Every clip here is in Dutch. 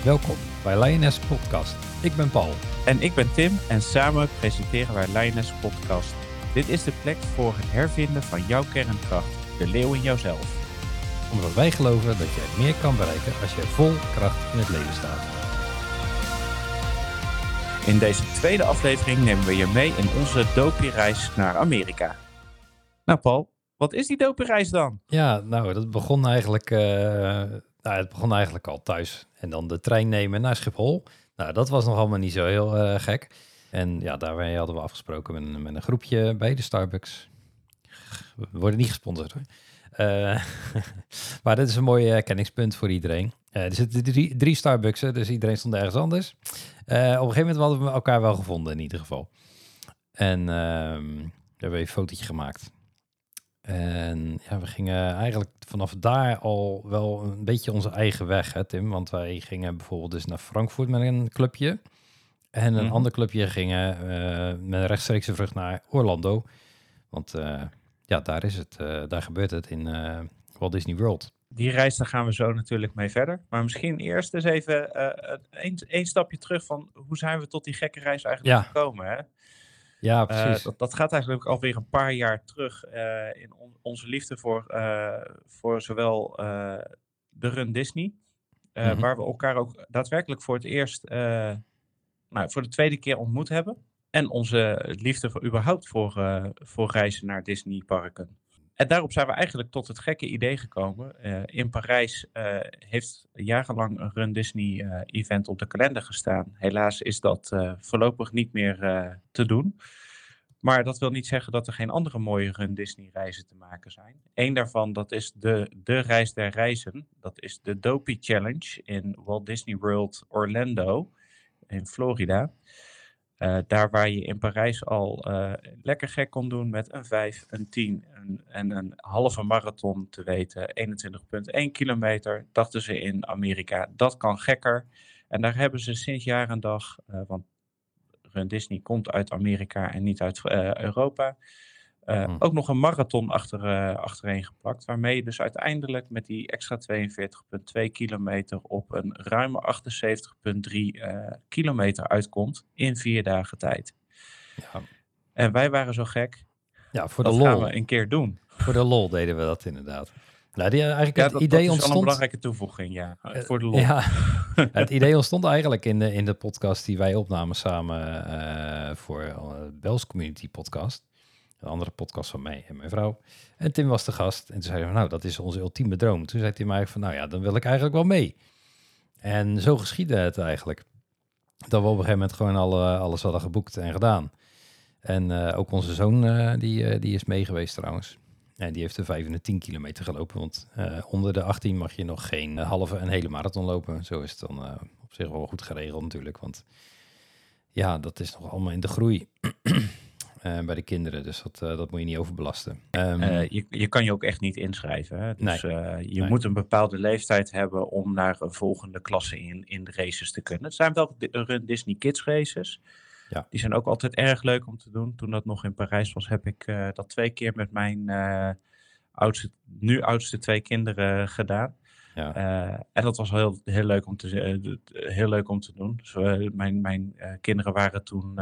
Welkom bij Lioness Podcast. Ik ben Paul. En ik ben Tim en samen presenteren wij Lioness Podcast. Dit is de plek voor het hervinden van jouw kernkracht, de leeuw in jouzelf. Omdat wij geloven dat je meer kan bereiken als je vol kracht in het leven staat. In deze tweede aflevering nemen we je mee in onze dopie-reis naar Amerika. Nou Paul, wat is die dopie-reis dan? Ja, nou, dat begon eigenlijk, het begon eigenlijk al thuis. En dan de trein nemen naar Schiphol. Nou, dat was nog allemaal niet zo heel gek. En ja, daarbij hadden we afgesproken met een groepje bij de Starbucks. We worden niet gesponsord hoor. Maar dit is een mooi herkenningspunt voor iedereen. Er zitten drie Starbucksen, dus iedereen stond ergens anders. Op een gegeven moment hadden we elkaar wel gevonden in ieder geval. En daar hebben we een fotootje gemaakt. En ja, we gingen eigenlijk vanaf daar al wel een beetje onze eigen weg, hè, Tim. Want wij gingen bijvoorbeeld dus naar Frankfurt met een clubje. En een ander clubje gingen met een rechtstreekse vlucht naar Orlando. Want ja, daar is het. Daar gebeurt het in Walt Disney World. Die reis, daar gaan we zo natuurlijk mee verder. Maar misschien eerst eens even één stapje terug van hoe zijn we tot die gekke reis eigenlijk gekomen, hè? Ja, precies. Dat gaat eigenlijk alweer een paar jaar terug in onze liefde voor zowel de Run Disney, waar we elkaar ook daadwerkelijk voor het eerst, voor de tweede keer ontmoet hebben. En onze liefde überhaupt voor reizen naar Disneyparken. En daarop zijn we eigenlijk tot het gekke idee gekomen. In Parijs heeft jarenlang een Run Disney event op de kalender gestaan. Helaas is dat voorlopig niet meer te doen. Maar dat wil niet zeggen dat er geen andere mooie Run Disney reizen te maken zijn. Eén daarvan, dat is de reis der reizen. Dat is de Dopey Challenge in Walt Disney World Orlando in Florida. Daar waar je in Parijs al lekker gek kon doen met een 5, een 10 en een halve marathon, te weten 21,1 kilometer. Dachten ze in Amerika, dat kan gekker. En daar hebben ze sinds jaar en dag, want Run Disney komt uit Amerika en niet uit Europa, ook nog een marathon achtereen geplakt. Waarmee je dus uiteindelijk met die extra 42,2 kilometer op een ruime 78,3 kilometer uitkomt in 4 dagen tijd. Ja. En wij waren zo gek. Ja, voor dat de lol. gaan we een keer doen. Voor de lol deden we dat inderdaad. Nou, het idee dat is ontstond... al een belangrijke toevoeging, ja. Voor de lol. Ja, het idee ontstond eigenlijk in de podcast die wij opnamen samen voor Bels Community Podcast. Een andere podcast van mij en mijn vrouw. En Tim was de gast. En toen zeiden we, nou, dat is onze ultieme droom. Toen zei Tim eigenlijk van, nou ja, dan wil ik eigenlijk wel mee. En zo geschiedde het eigenlijk. Dat we op een gegeven moment gewoon alles hadden geboekt en gedaan. En ook onze zoon, die is mee geweest trouwens. En die heeft de 5 en de 10 kilometer gelopen. Want onder de 18 mag je nog geen halve en hele marathon lopen. Zo is het dan op zich wel goed geregeld natuurlijk. Want ja, dat is nog allemaal in de groei bij de kinderen. Dus dat moet je niet overbelasten. Je kan je ook echt niet inschrijven. Hè? Dus Nee. moet een bepaalde leeftijd hebben om naar een volgende klasse in de races te kunnen. Het zijn wel de Run Disney Kids races. Ja. Die zijn ook altijd erg leuk om te doen. Toen dat nog in Parijs was, heb ik dat 2 keer met mijn oudste 2 kinderen gedaan. Ja. En dat was heel leuk om te doen. Dus, mijn kinderen waren toen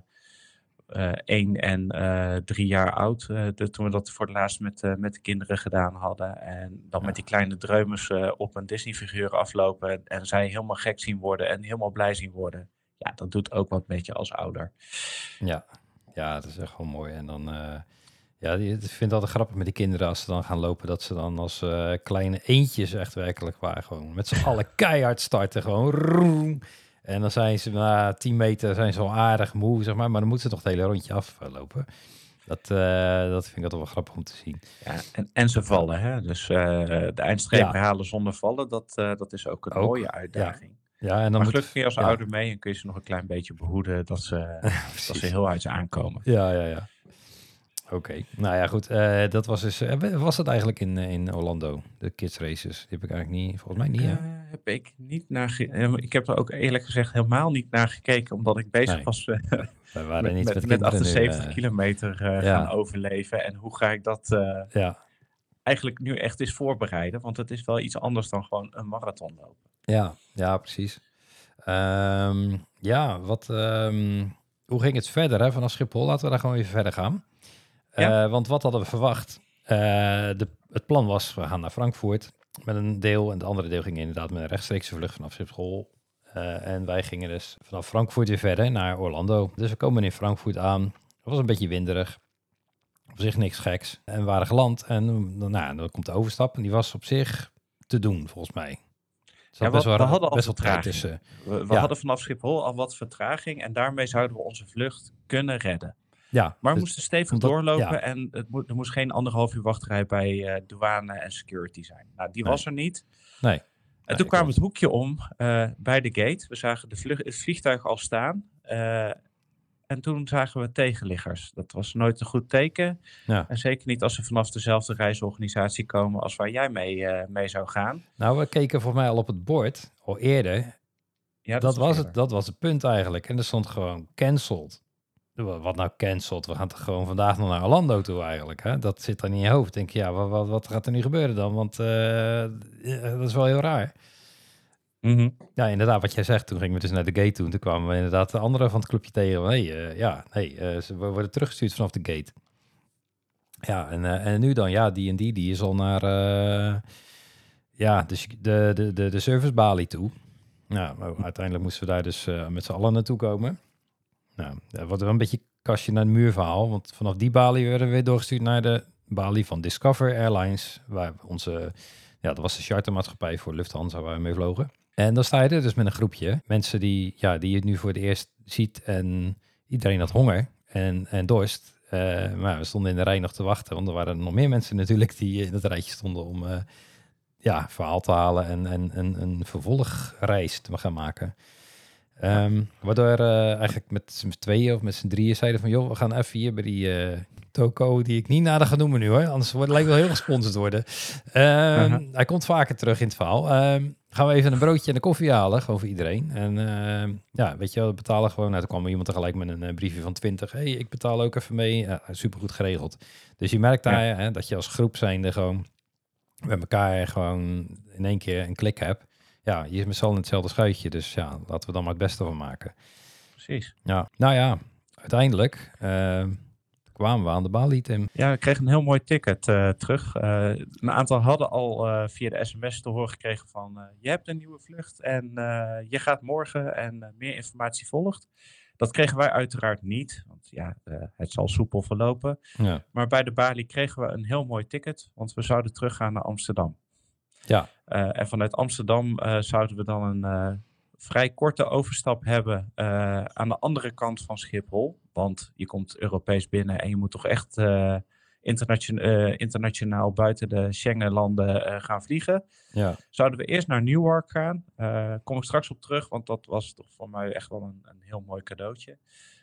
1 en 3 jaar oud. Toen we dat voor het laatst met de kinderen gedaan hadden. En dan met die kleine dreumes op een Disney-figuur aflopen. En zij helemaal gek zien worden en helemaal blij zien worden. Ja, dat doet ook wat met je als ouder. Ja, dat is echt wel mooi. En dan, ik vind het altijd grappig met die kinderen als ze dan gaan lopen, dat ze dan als kleine eendjes echt werkelijk waren. Gewoon met z'n allen keihard starten, gewoon roem. En dan zijn ze na 10 meter zijn ze al aardig moe, zeg maar dan moeten ze toch het hele rondje aflopen. Dat vind ik altijd wel grappig om te zien. Ja, en ze vallen, hè? Dus de eindstreep halen zonder vallen, dat is ook een mooie uitdaging. Ja, en dan maar gelukkig kun je als ouder mee en kun je ze nog een klein beetje behoeden dat ze heel uit ze aankomen. Ja. Oké. Nou ja, goed. Dat was dus... was dat eigenlijk in Orlando, de kids races? Die heb ik eigenlijk niet... Volgens mij niet, hè? Heb ik niet naar... Ik heb er ook eerlijk gezegd helemaal niet naar gekeken, omdat ik bezig was met 78 kilometer gaan overleven. En hoe ga ik dat eigenlijk nu echt eens voorbereiden? Want het is wel iets anders dan gewoon een marathon lopen. Ja, precies. Ja, hoe ging het verder hè, vanaf Schiphol? Laten we daar gewoon even verder gaan. Ja? Want wat hadden we verwacht? Het plan was, we gaan naar Frankfurt met een deel. En het andere deel ging inderdaad met een rechtstreekse vlucht vanaf Schiphol. En wij gingen dus vanaf Frankfurt weer verder naar Orlando. Dus we komen in Frankfurt aan. Het was een beetje winderig. Op zich niks geks. En we waren geland. En dan komt de overstap. En die was op zich te doen, volgens mij. Er zat we hadden al best wel tijd vertraging. tussen. We hadden vanaf Schiphol al wat vertraging en daarmee zouden we onze vlucht kunnen redden. Ja, Maar we dus moesten stevig doorlopen en er moest geen 1,5 uur wachtrij bij douane en security zijn. Nou, die was er niet. Nee. En toen kwamen we het hoekje om bij de gate. We zagen het vliegtuig al staan. En toen zagen we tegenliggers. Dat was nooit een goed teken. Ja. En zeker niet als ze vanaf dezelfde reisorganisatie komen als waar jij mee zou gaan. Nou, we keken voor mij al op het bord, al eerder. Ja, dat was het punt eigenlijk. En er stond gewoon cancelled. Wat nou cancelled? We gaan toch gewoon vandaag nog naar Orlando toe eigenlijk. Hè? Dat zit dan in je hoofd. Denk je, ja, wat gaat er nu gebeuren dan? Want dat is wel heel raar. Mm-hmm. Ja, inderdaad, wat jij zegt. Toen gingen we dus naar de gate toe. Toen kwamen we inderdaad de anderen van het clubje tegen. We worden teruggestuurd vanaf de gate. Ja, en nu dan? Ja, die is al naar de servicebalie toe. Nou, uiteindelijk moesten we daar dus met z'n allen naartoe komen. Nou, dat wordt wel een beetje kastje naar de muur verhaal. Want vanaf die balie werden we weer doorgestuurd naar de balie van Discover Airlines. Waar dat was de chartermaatschappij voor Lufthansa waar we mee vlogen. En dan sta je er dus met een groepje mensen die je nu voor het eerst ziet. En iedereen had honger en dorst. Maar we stonden in de rij nog te wachten. Want er waren nog meer mensen natuurlijk die in het rijtje stonden om verhaal te halen en een vervolgreis te gaan maken. Waardoor eigenlijk met z'n tweeën of met z'n drieën zeiden van... joh, we gaan even hier bij die toko die ik niet nader ga noemen nu hoor. Anders lijkt wel heel gesponsord worden. Hij komt vaker terug in het verhaal. Gaan we even een broodje en een koffie halen, gewoon voor iedereen. En weet je wel, we betalen gewoon... Nou, toen kwam iemand tegelijk met een briefje van 20. Hey, ik betaal ook even mee. Supergoed geregeld. Dus je merkt daar dat je als groep zijnde gewoon... met elkaar gewoon in één keer een klik hebt. Ja, je is met z'n allen in hetzelfde schuitje. Dus ja, laten we dan maar het beste van maken. Precies. Ja, nou ja, uiteindelijk kwamen we aan de balie, Tim. Ja, we kregen een heel mooi ticket terug. Een aantal hadden al via de sms te horen gekregen van... je hebt een nieuwe vlucht en je gaat morgen en meer informatie volgt. Dat kregen wij uiteraard niet, want het zal soepel verlopen. Ja. Maar bij de balie kregen we een heel mooi ticket, want we zouden teruggaan naar Amsterdam. Ja. En vanuit Amsterdam zouden we dan een vrij korte overstap hebben aan de andere kant van Schiphol. Want je komt Europees binnen en je moet toch echt internationaal buiten de Schengenlanden gaan vliegen. Ja. Zouden we eerst naar Newark gaan. Kom ik straks op terug, want dat was toch voor mij echt wel een heel mooi cadeautje.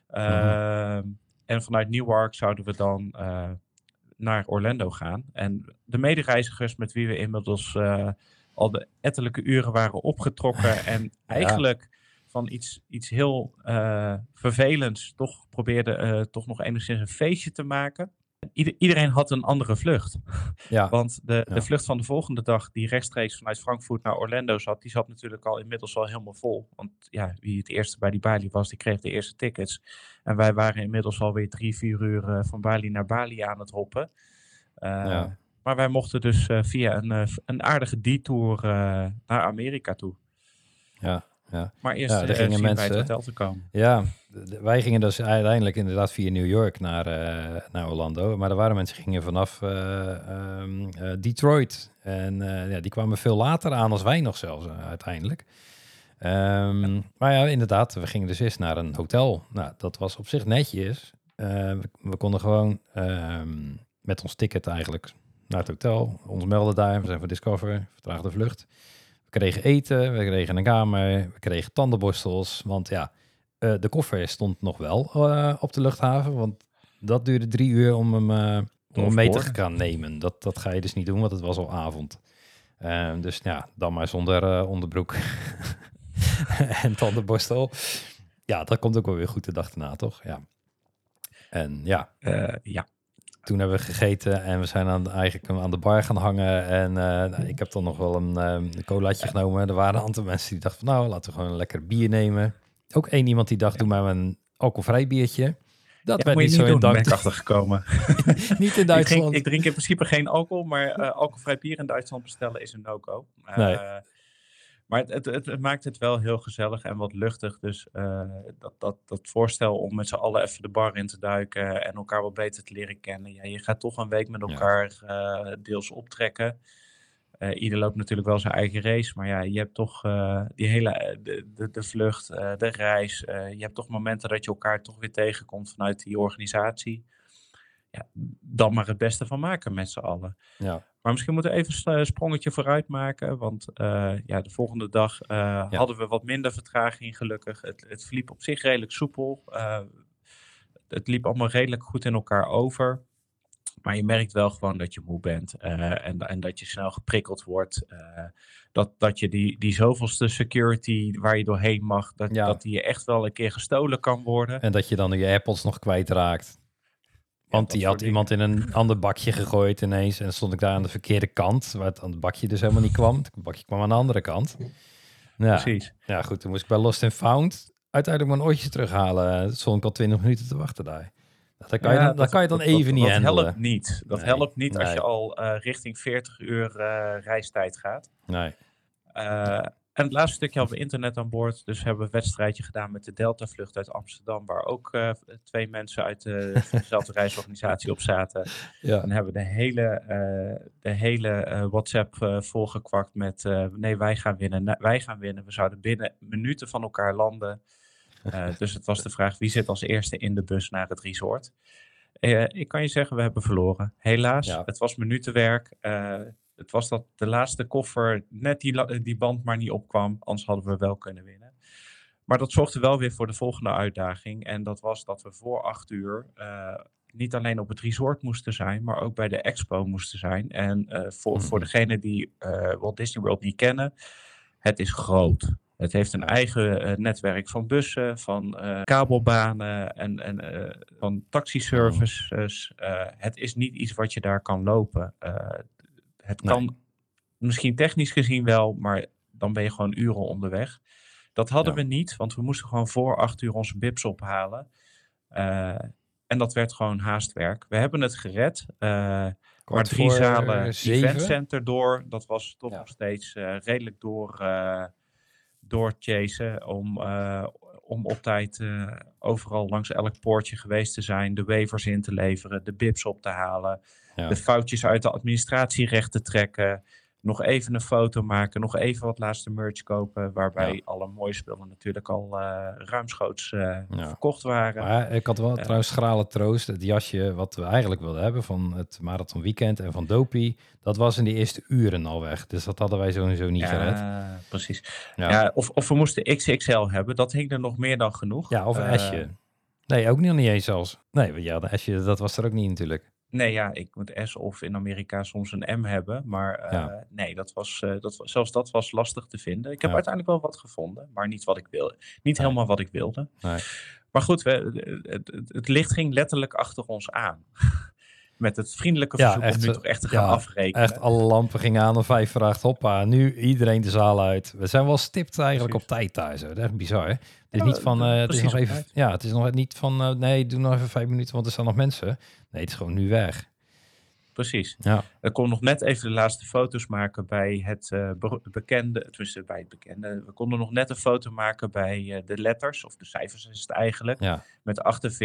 En vanuit Newark zouden we dan naar Orlando gaan. En de medereizigers met wie we inmiddels al de ettelijke uren waren opgetrokken en eigenlijk van iets heel vervelends toch probeerden toch nog enigszins een feestje te maken. Iedereen had een andere vlucht. Ja. Want de vlucht van de volgende dag die rechtstreeks vanuit Frankfurt naar Orlando zat, die zat natuurlijk inmiddels al helemaal vol. Want wie het eerste bij die balie was, die kreeg de eerste tickets. En wij waren inmiddels alweer 3-4 uur van Bali naar Bali aan het hoppen. Maar wij mochten dus via een aardige detour naar Amerika toe. Ja. Maar eerst gingen mensen bij het hotel te komen. Ja, wij gingen dus uiteindelijk inderdaad via New York naar Orlando. Maar er waren mensen die gingen vanaf Detroit. En die kwamen veel later aan als wij nog zelfs uiteindelijk. Maar ja, inderdaad, we gingen dus eerst naar een hotel. Nou, dat was op zich netjes. We konden gewoon met ons ticket eigenlijk naar het hotel. Ons melden daar, we zijn van Discover, vertraagde vlucht. We kregen eten, we kregen een kamer, we kregen tandenborstels. Want de koffer stond nog wel op de luchthaven. Want dat duurde 3 uur om hem mee te gaan nemen. Dat ga je dus niet doen, want het was al avond. Dus dan maar zonder onderbroek en tandenborstel. Ja, dat komt ook wel weer goed de dag erna, toch? Ja. En toen hebben we gegeten en we zijn eigenlijk aan de bar gaan hangen. En ik heb dan nog wel een colaatje genomen. Er waren een aantal mensen die dachten van, nou, laten we gewoon een lekker bier nemen. Ook één iemand die dacht, doe maar een alcoholvrij biertje. Dat werd moet niet je zo niet in doen, ben ik Duitsland. achtergekomen. Niet in Duitsland. Ik drink in principe geen alcohol, maar alcoholvrij bier in Duitsland bestellen is een no-go. Nee. Maar het maakt het wel heel gezellig en wat luchtig. Dus dat voorstel om met z'n allen even de bar in te duiken en elkaar wat beter te leren kennen. Ja, je gaat toch een week met elkaar deels optrekken. Ieder loopt natuurlijk wel zijn eigen race. Maar ja, je hebt toch die hele de vlucht, de reis. Je hebt toch momenten dat je elkaar toch weer tegenkomt vanuit die organisatie. Ja, dan maar het beste van maken met z'n allen. Ja. Maar misschien moeten we even een sprongetje vooruit maken. Want de volgende dag hadden we wat minder vertraging gelukkig. Het verliep op zich redelijk soepel. Het liep allemaal redelijk goed in elkaar over. Maar je merkt wel gewoon dat je moe bent. En dat je snel geprikkeld wordt. Dat je die zoveelste security waar je doorheen mag. Dat die echt wel een keer gestolen kan worden. En dat je dan je AirPods nog kwijtraakt. Want die had iemand in een ander bakje gegooid ineens. En dan stond ik daar aan de verkeerde kant. Waar het aan het bakje dus helemaal niet kwam. Het bakje kwam aan de andere kant. Ja. Precies. Ja, goed. Toen moest ik bij Lost and Found uiteindelijk mijn oortjes terughalen. Toen stond ik al 20 minuten te wachten daar. Dat kan je dan even niet handelen. Dat helpt niet. Dat helpt niet als je al richting 40 uur reistijd gaat. Nee. En het laatste stukje hadden we internet aan boord. Dus hebben we een wedstrijdje gedaan met de Delta-vlucht uit Amsterdam. Waar ook 2 mensen uit dezelfde reisorganisatie op zaten. Ja. En hebben we de hele WhatsApp volgekwakt met... nee, wij gaan winnen. Wij gaan winnen. We zouden binnen minuten van elkaar landen. Dus het was de vraag, wie zit als eerste in de bus naar het resort? Ik kan je zeggen, we hebben verloren. Helaas, Het was minutenwerk. Het was dat de laatste koffer net die band maar niet opkwam. Anders hadden we wel kunnen winnen. Maar dat zorgde wel weer voor de volgende uitdaging. En dat was dat we voor 8 uur niet alleen op het resort moesten zijn, maar ook bij de expo moesten zijn. En voor degenen die Walt Disney World niet kennen, het is groot. Het heeft een eigen netwerk van bussen, van kabelbanen en van taxiservices. Het is niet iets wat je daar kan lopen. Het kan misschien technisch gezien wel, maar dan ben je gewoon uren onderweg. Dat hadden we niet, want we moesten gewoon voor 8 uur onze bips ophalen. En dat werd gewoon haastwerk. We hebben het gered. Maar 3 zalen eventcenter door, dat was toch nog steeds redelijk doorchasen om op tijd overal langs elk poortje geweest te zijn, de waivers in te leveren, de bips op te halen, de foutjes uit de administratie recht te trekken, nog even een foto maken, nog even wat laatste merch kopen, waarbij alle mooie spullen natuurlijk al ruimschoots verkocht waren. Maar ik had wel trouwens schrale troost. Het jasje wat we eigenlijk wilden hebben van het Marathon Weekend en van Dopey, dat was in de eerste uren al weg. Dus dat hadden wij sowieso niet gered. Precies. Ja, of we moesten XXL hebben. Dat hing er nog meer dan genoeg. Ja, of een S'je. Nee, ook niet eens zelfs. Nee, de S'je, dat was er ook niet natuurlijk. Nee, ik moet S of in Amerika soms een M hebben. Maar nee, zelfs dat was lastig te vinden. Ik heb uiteindelijk wel wat gevonden, maar niet wat ik wilde. Niet helemaal wat ik wilde. Nee. Maar goed, het licht ging letterlijk achter ons aan. Met het vriendelijke verzoek om nu toch echt te gaan afrekenen. Echt, alle lampen gingen aan om 5 voor 8. Hoppa, nu iedereen de zaal uit. We zijn wel stipt eigenlijk op tijd thuis. Dat is echt bizar, hè? Het is niet van, het is nog even, het is nog niet van, nee, doe nog even 5 minuten, want er staan nog mensen. Nee, het is gewoon nu weg. Precies. Ja. Ik kon nog net even de laatste foto's maken bij het bekende, tenminste bij het bekende. We konden nog net een foto maken bij de letters, of de cijfers is het eigenlijk. Ja. Met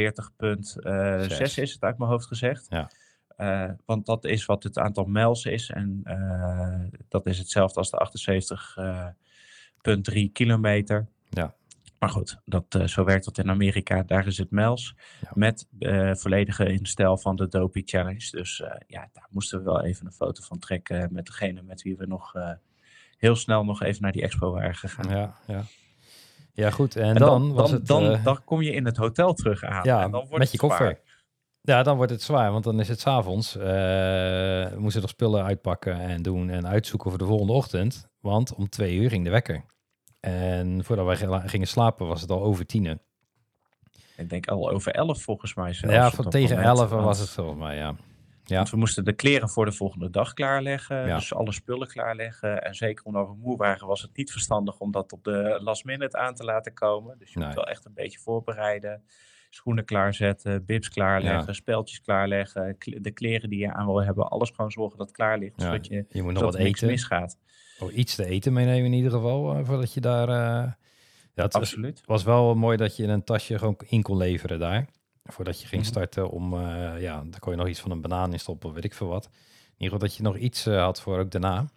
48,6 is het uit mijn hoofd gezegd. Ja. Want dat is wat het aantal mijls is. En dat is hetzelfde als de 78,3 kilometer. Ja. Maar goed, zo werkt dat in Amerika. Daar is het mijls. Ja. Met volledige in stijl van de Dopey Challenge. Dus daar moesten we wel even een foto van trekken met degene met wie we nog heel snel nog even naar die expo waren gegaan. Ja, goed. En dan kom je in het hotel terug aan. Ja, en dan wordt met je koffer. Ja, dan wordt het zwaar, want dan is het 's avonds. We moesten nog spullen uitpakken en doen en uitzoeken voor de volgende ochtend. Want om 2 uur ging de wekker. En voordat wij gingen slapen was het al over 10. Ik denk al over 11 volgens mij zelfs. Ja, tegen 11 was het volgens mij, ja. Ja. Want we moesten de kleren voor de volgende dag klaarleggen. Ja. Dus alle spullen klaarleggen. En zeker omdat we moe waren, was het niet verstandig om dat op de last minute aan te laten komen. Dus je moet wel echt een beetje voorbereiden. Schoenen klaarzetten, bibs klaarleggen, speltjes klaarleggen. De kleren die je aan wil hebben, alles gewoon zorgen dat het klaar ligt. Zodat je moet nog zodat wat niks eten. misgaat. Iets te eten meenemen in ieder geval, voordat je daar... het Absoluut. was wel mooi dat je een tasje gewoon in kon leveren daar. Voordat je ging starten om... dan kon je nog iets van een banaan in stoppen, weet ik veel wat. In ieder geval dat je nog iets had voor ook daarna.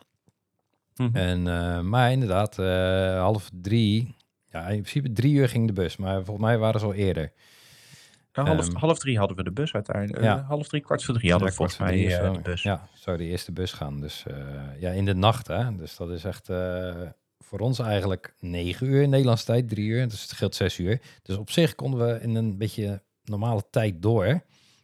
Maar inderdaad, 2:30... Ja, in principe 3 uur ging de bus, maar volgens mij waren ze al eerder. 2:30 hadden we de bus uiteindelijk. 2:30, 2:45 hadden we volgens mij de bus. Ja, zou de eerste bus gaan. Dus in de nacht, hè. Dus dat is echt voor ons eigenlijk 9 uur in Nederlandse tijd, 3 uur. Dus het scheelt 6 uur. Dus op zich konden we in een beetje normale tijd door.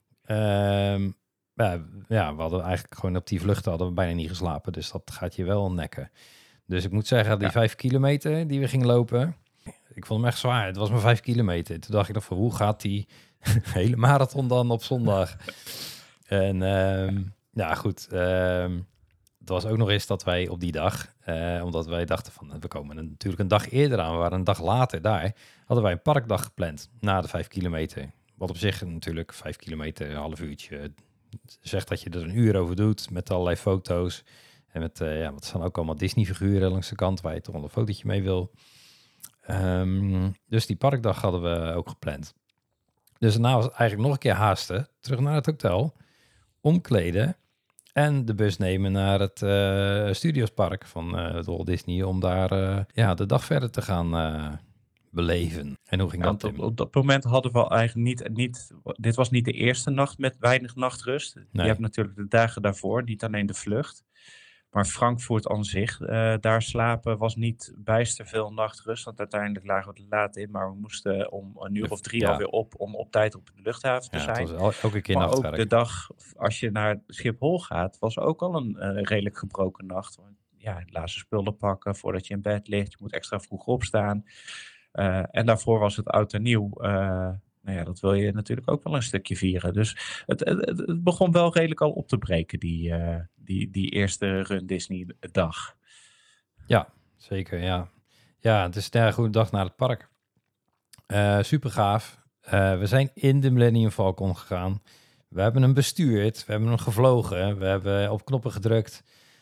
We hadden eigenlijk gewoon op die vluchten hadden we bijna niet geslapen. Dus dat gaat je wel nekken. Dus ik moet zeggen, die 5 kilometer die we gingen lopen... Ik vond hem echt zwaar. Het was maar 5 kilometer. Toen dacht ik nog van, hoe gaat die hele marathon dan op zondag? En goed. Het was ook nog eens dat wij op die dag, omdat wij dachten van, we komen natuurlijk een dag eerder aan. We waren een dag later daar. Hadden wij een parkdag gepland na de 5 kilometer. Wat op zich natuurlijk 5 kilometer, een half uurtje. Zegt dat je er een uur over doet met allerlei foto's. En met, wat zijn ook allemaal Disney-figuren langs de kant waar je toch wel een fotootje mee wil. Dus die parkdag hadden we ook gepland. Dus daarna was het eigenlijk nog een keer haasten. Terug naar het hotel. Omkleden. En de bus nemen naar het Studiospark van het Walt Disney. Om daar de dag verder te gaan beleven. En hoe ging dat? Op dat moment hadden we eigenlijk niet... Dit was niet de eerste nacht met weinig nachtrust. Nee. Je hebt natuurlijk de dagen daarvoor. Niet alleen de vlucht. Maar Frankfurt aan zich, daar slapen was niet bijster veel nachtrust. Want uiteindelijk lagen we er laat in. Maar we moesten om een uur of 3 alweer om op tijd op de luchthaven te zijn. Het was elke keer maar nachtwerk. ook de dag, als je naar Schiphol gaat, was ook al een redelijk gebroken nacht. Want laatste spullen pakken voordat je in bed ligt. Je moet extra vroeg opstaan. En daarvoor was het oud en nieuw. Dat wil je natuurlijk ook wel een stukje vieren. Dus het begon wel redelijk al op te breken, die eerste Run Disney dag. Ja, zeker, ja. Ja, het is een goede dag naar het park. Super gaaf. We zijn in de Millennium Falcon gegaan. We hebben hem bestuurd. We hebben hem gevlogen. We hebben op knoppen gedrukt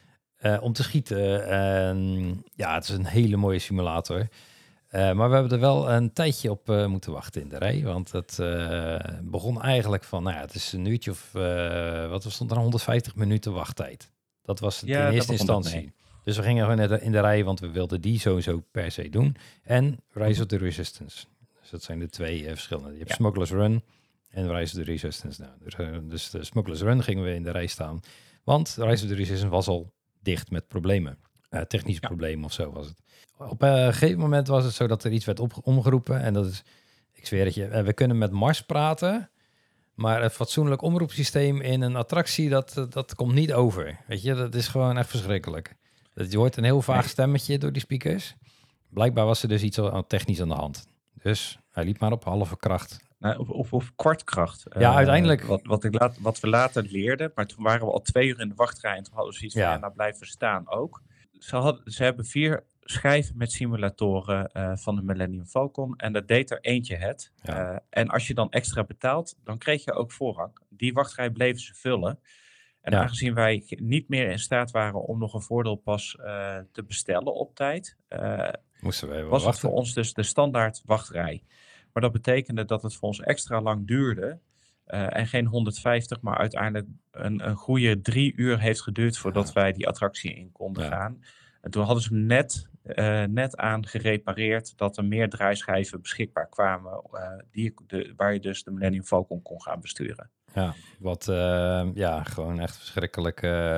om te schieten. Het is een hele mooie simulator. Maar we hebben er wel een tijdje op moeten wachten in de rij. Want het begon eigenlijk van, het is een uurtje of, wat stond er, 150 minuten wachttijd. Dat was het in eerste instantie. Dus we gingen gewoon in de rij, want we wilden die sowieso per se doen. En Rise of the Resistance. Dus dat zijn de twee verschillende. Je hebt Smuggler's Run en Rise of the Resistance. Dus de Smuggler's Run gingen we in de rij staan. Want Rise of the Resistance was al dicht met problemen. Technische problemen of zo was het. Op een gegeven moment was het zo dat er iets werd omgeroepen. En dat is, ik zweer het je, we kunnen met Mars praten. Maar het fatsoenlijk omroepsysteem in een attractie, dat komt niet over. Weet je, dat is gewoon echt verschrikkelijk. Je hoort een heel vaag stemmetje door die speakers. Blijkbaar was er dus iets technisch aan de hand. Dus hij liep maar op halve kracht. Op kwartkracht. Ja, uiteindelijk. Wat we later leerden, maar toen waren we al 2 uur in de wachtrij en toen hadden we zoiets van, nou blijven we staan ook. Ze hebben 4 schijven met simulatoren van de Millennium Falcon en dat deed er eentje het. Ja. En als je dan extra betaalt, dan kreeg je ook voorrang. Die wachtrij bleven ze vullen. En aangezien wij niet meer in staat waren om nog een voordeelpas te bestellen op tijd, moesten we even was wachten. het voor ons dus de standaard wachtrij. Maar dat betekende dat het voor ons extra lang duurde. En geen 150, maar uiteindelijk een goede 3 uur heeft geduurd voordat wij die attractie in konden gaan. En toen hadden ze hem net aan gerepareerd dat er meer draaischijven beschikbaar kwamen. Waar je dus de Millennium Falcon kon gaan besturen. Ja, wat gewoon echt verschrikkelijk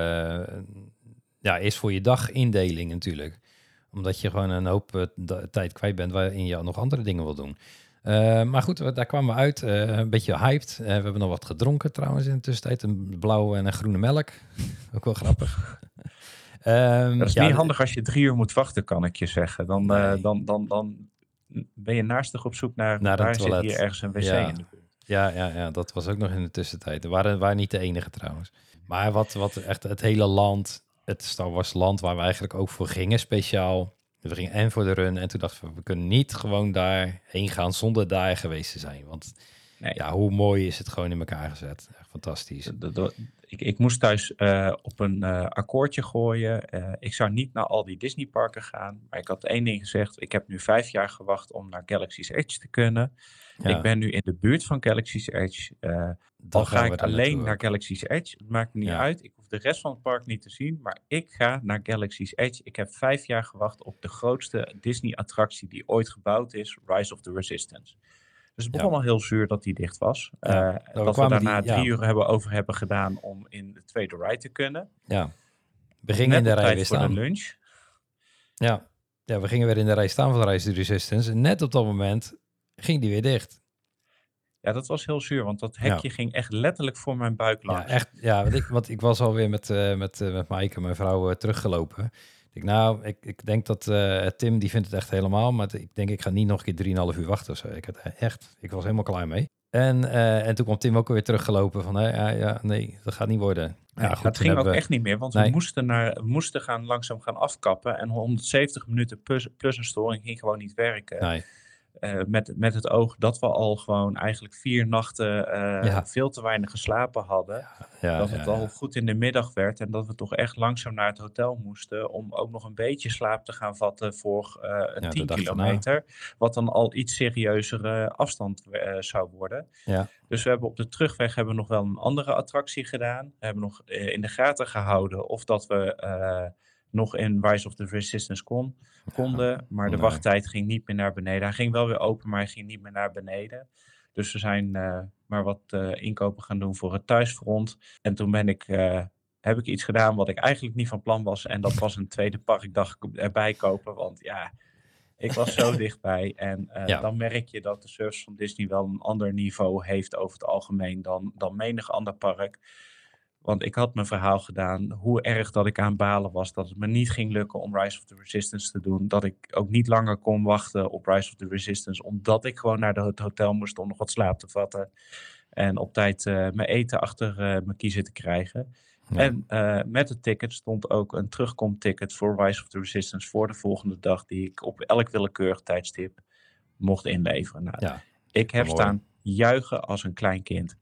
is voor je dagindeling natuurlijk. Omdat je gewoon een hoop tijd kwijt bent waarin je nog andere dingen wil doen. Maar goed, daar kwamen we uit. Een beetje hyped. We hebben nog wat gedronken trouwens in de tussentijd. Een blauwe en een groene melk. Ook wel grappig. Dat is niet handig als je 3 uur moet wachten, kan ik je zeggen. Dan ben je naastig op zoek naar waar zit hier ergens een wc in de buurt. Ja, dat was ook nog in de tussentijd. We waren niet de enige trouwens. Maar wat echt het hele land, het Star Wars land waar we eigenlijk ook voor gingen speciaal. We gingen en voor de run en toen dachten we kunnen niet gewoon daarheen gaan zonder daar geweest te zijn. Want Nee. ja, hoe mooi is het gewoon in elkaar gezet. Echt fantastisch. Ik moest thuis op een akkoordje gooien. Ik zou niet naar al die Disneyparken gaan. Maar ik had één ding gezegd. Ik heb nu 5 jaar gewacht om naar Galaxy's Edge te kunnen. Ja, Ik ben nu in de buurt van Galaxy's Edge. dan Al gaan ga we ik daar alleen naartoe naar ook. Galaxy's Edge. Het maakt me niet Ja. uit. Ik hoef de rest van het park niet te zien. Maar ik ga naar Galaxy's Edge. Ik heb 5 jaar gewacht op de grootste Disney-attractie die ooit gebouwd is. Rise of the Resistance. Dus het begon al heel zuur dat die dicht was. Ja. Nou, we Dat we kwamen daarna die- 3 ja. uur hebben gedaan om in de tweede ride te kunnen. Ja, we gingen Net in de op rij tijd weer voor de staan. lunch. Ja. Ja, we gingen weer in de rij staan van de Rise of the Resistance. En net op dat moment ging die weer dicht. Ja, dat was heel zuur, want dat hekje ging echt letterlijk voor mijn buik langs. Ja, echt. Ja, want ik was alweer met Maaike, mijn vrouw, teruggelopen. Ik denk dat Tim, die vindt het echt helemaal. Maar ik denk, ik ga niet nog een keer 3,5 uur wachten of zo. Ik was helemaal klaar mee. En toen kwam Tim ook weer teruggelopen van, nee, dat gaat niet worden. Nee, Ja, goed, het toen ging ook hebben we- echt niet meer, want Nee. we moesten langzaam gaan afkappen. En 170 minuten plus een storing ging gewoon niet werken. Nee, Met het oog dat we al gewoon eigenlijk 4 nachten Ja. veel te weinig geslapen hadden. ja, Dat het ja, al goed in de middag werd en dat we toch echt langzaam naar het hotel moesten om ook nog een beetje slaap te gaan vatten voor de 10 dag daarna. kilometer. Wat dan al iets serieuzere afstand zou worden. Ja. Dus we hebben op de terugweg nog wel een andere attractie gedaan. We hebben nog in de gaten gehouden of dat we nog in Rise of the Resistance konden. Maar de Nee. wachttijd ging niet meer naar beneden. Hij ging wel weer open, maar hij ging niet meer naar beneden. Dus we zijn maar wat inkopen gaan doen voor het thuisfront. En toen heb ik iets gedaan wat ik eigenlijk niet van plan was. En dat was een tweede parkdag erbij kopen. Want ja, ik was zo dichtbij. En Ja. dan merk je dat de service van Disney wel een ander niveau heeft over het algemeen dan menig ander park. Want ik had mijn verhaal gedaan, hoe erg dat ik aan balen was. Dat het me niet ging lukken om Rise of the Resistance te doen. Dat ik ook niet langer kon wachten op Rise of the Resistance. Omdat ik gewoon naar het hotel moest om nog wat slaap te vatten. En op tijd mijn eten achter mijn kiezen te krijgen. Ja. En met het ticket stond ook een terugkomticket voor Rise of the Resistance voor de volgende dag. Die ik op elk willekeurig tijdstip mocht inleveren. Nou, Ja. ik heb Mooi. staan juichen als een klein kind.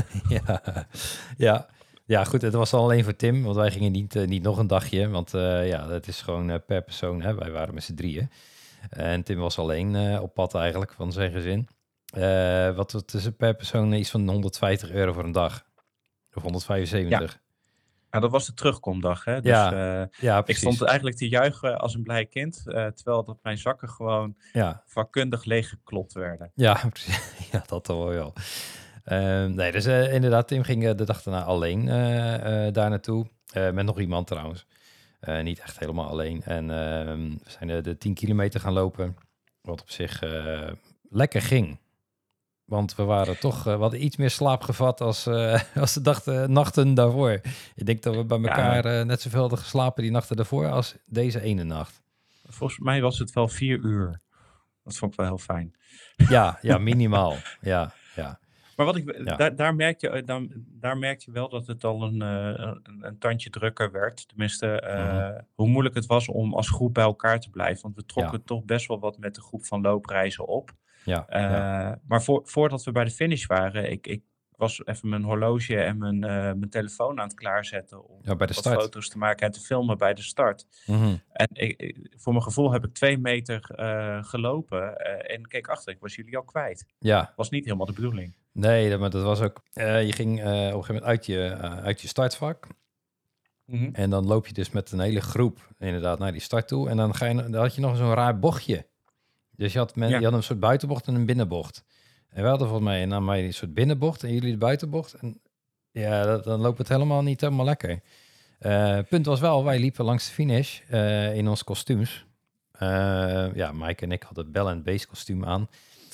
Ja, goed, het was al alleen voor Tim, want wij gingen niet nog een dagje, want het is gewoon per persoon, hè. Wij waren met z'n drieën. En Tim was alleen op pad eigenlijk van zijn gezin. Wat is er per persoon iets van €150 voor een dag? Of 175? Nou, dat was de terugkomdag. Hè? Dus, Ja, Ja, ik precies. stond eigenlijk te juichen als een blij kind. Terwijl dat mijn zakken gewoon Ja, vakkundig leeggeklopt werden. ja, precies. Ja, dat dan wel. Nee, dus inderdaad, Tim ging de dag daarna alleen daar naartoe. Met nog iemand trouwens. Niet echt helemaal alleen. En we zijn de 10 kilometer gaan lopen. Wat op zich lekker ging. Want we waren toch we hadden iets meer slaap gevat als de nachten daarvoor. Ik denk dat we bij elkaar net zoveel hadden geslapen die nachten daarvoor als deze ene nacht. Volgens mij was het wel 4 uur. Dat vond ik wel heel fijn. Ja, minimaal. Ja. Maar wat ik, Ja. daar merk je wel dat het al een tandje drukker werd. Tenminste, Mhm. hoe moeilijk het was om als groep bij elkaar te blijven. Want we trokken toch best wel wat met de groep van loopreizen op. Ja. Maar voordat we bij de finish waren, ik was even mijn horloge en mijn telefoon aan het klaarzetten om Ja, bij de wat start. foto's te maken en te filmen bij de start. Mhm. En voor mijn gevoel heb ik 2 meter gelopen en keek achter. Ik was jullie al kwijt. Ja. Was niet helemaal de bedoeling. Nee, maar dat was ook... je ging op een gegeven moment uit je startvak. En dan loop je dus met een hele groep inderdaad naar die start toe. En dan had je nog zo'n raar bochtje. Dus je had een soort buitenbocht en een binnenbocht. En we hadden volgens mij een soort binnenbocht en jullie de buitenbocht. En ja, dan loopt het helemaal niet helemaal lekker. Punt was wel, wij liepen langs de finish in ons kostuums. Mike en ik hadden het Bell and Base kostuum aan.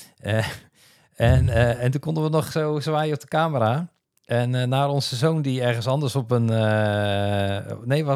En toen konden we nog zo zwaaien op de camera. En naar onze zoon die ergens anders op een...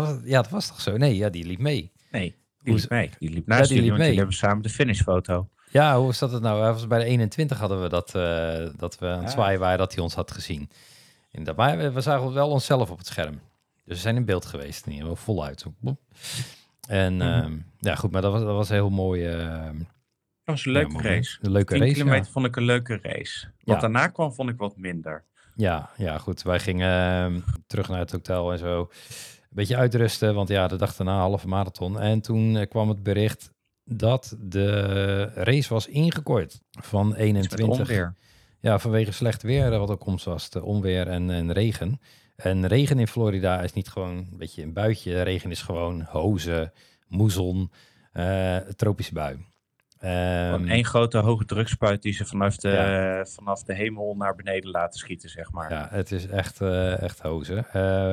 dat was toch zo? Nee, ja, die liep mee. Nee, die liep mee. Die liep naast die jullie, liep want mee. jullie hebben samen de finishfoto. Ja, hoe zat het nou? Hij was bij de 21 hadden we dat we aan het Ah, zwaaien waren dat hij ons had gezien. Inderdaad, maar we zagen wel onszelf op het scherm. Dus we zijn in beeld geweest, in ieder geval voluit. Zo, boep. En mhm. ja, goed, maar dat was een heel mooi, Dat was een ja, leuke moment. race. Een leuke 10 race, ja. kilometer vond ik een leuke race. Wat Ja, daarna kwam, vond ik wat minder. ja, goed. Wij gingen terug naar het hotel en zo. Een beetje uitrusten, want ja, de dag daarna halve marathon. En toen kwam het bericht dat de race was ingekort van Iets met 21. onweer. Ja, vanwege slecht weer, wat ook komst was, de onweer en regen. En regen in Florida is niet gewoon een beetje een buitje. Regen is gewoon hozen, moezon, tropische bui. Gewoon Ehm, één grote hoge drukspuit die ze ja, vanaf de hemel naar beneden laten schieten, zeg maar. ja, het is echt hozen.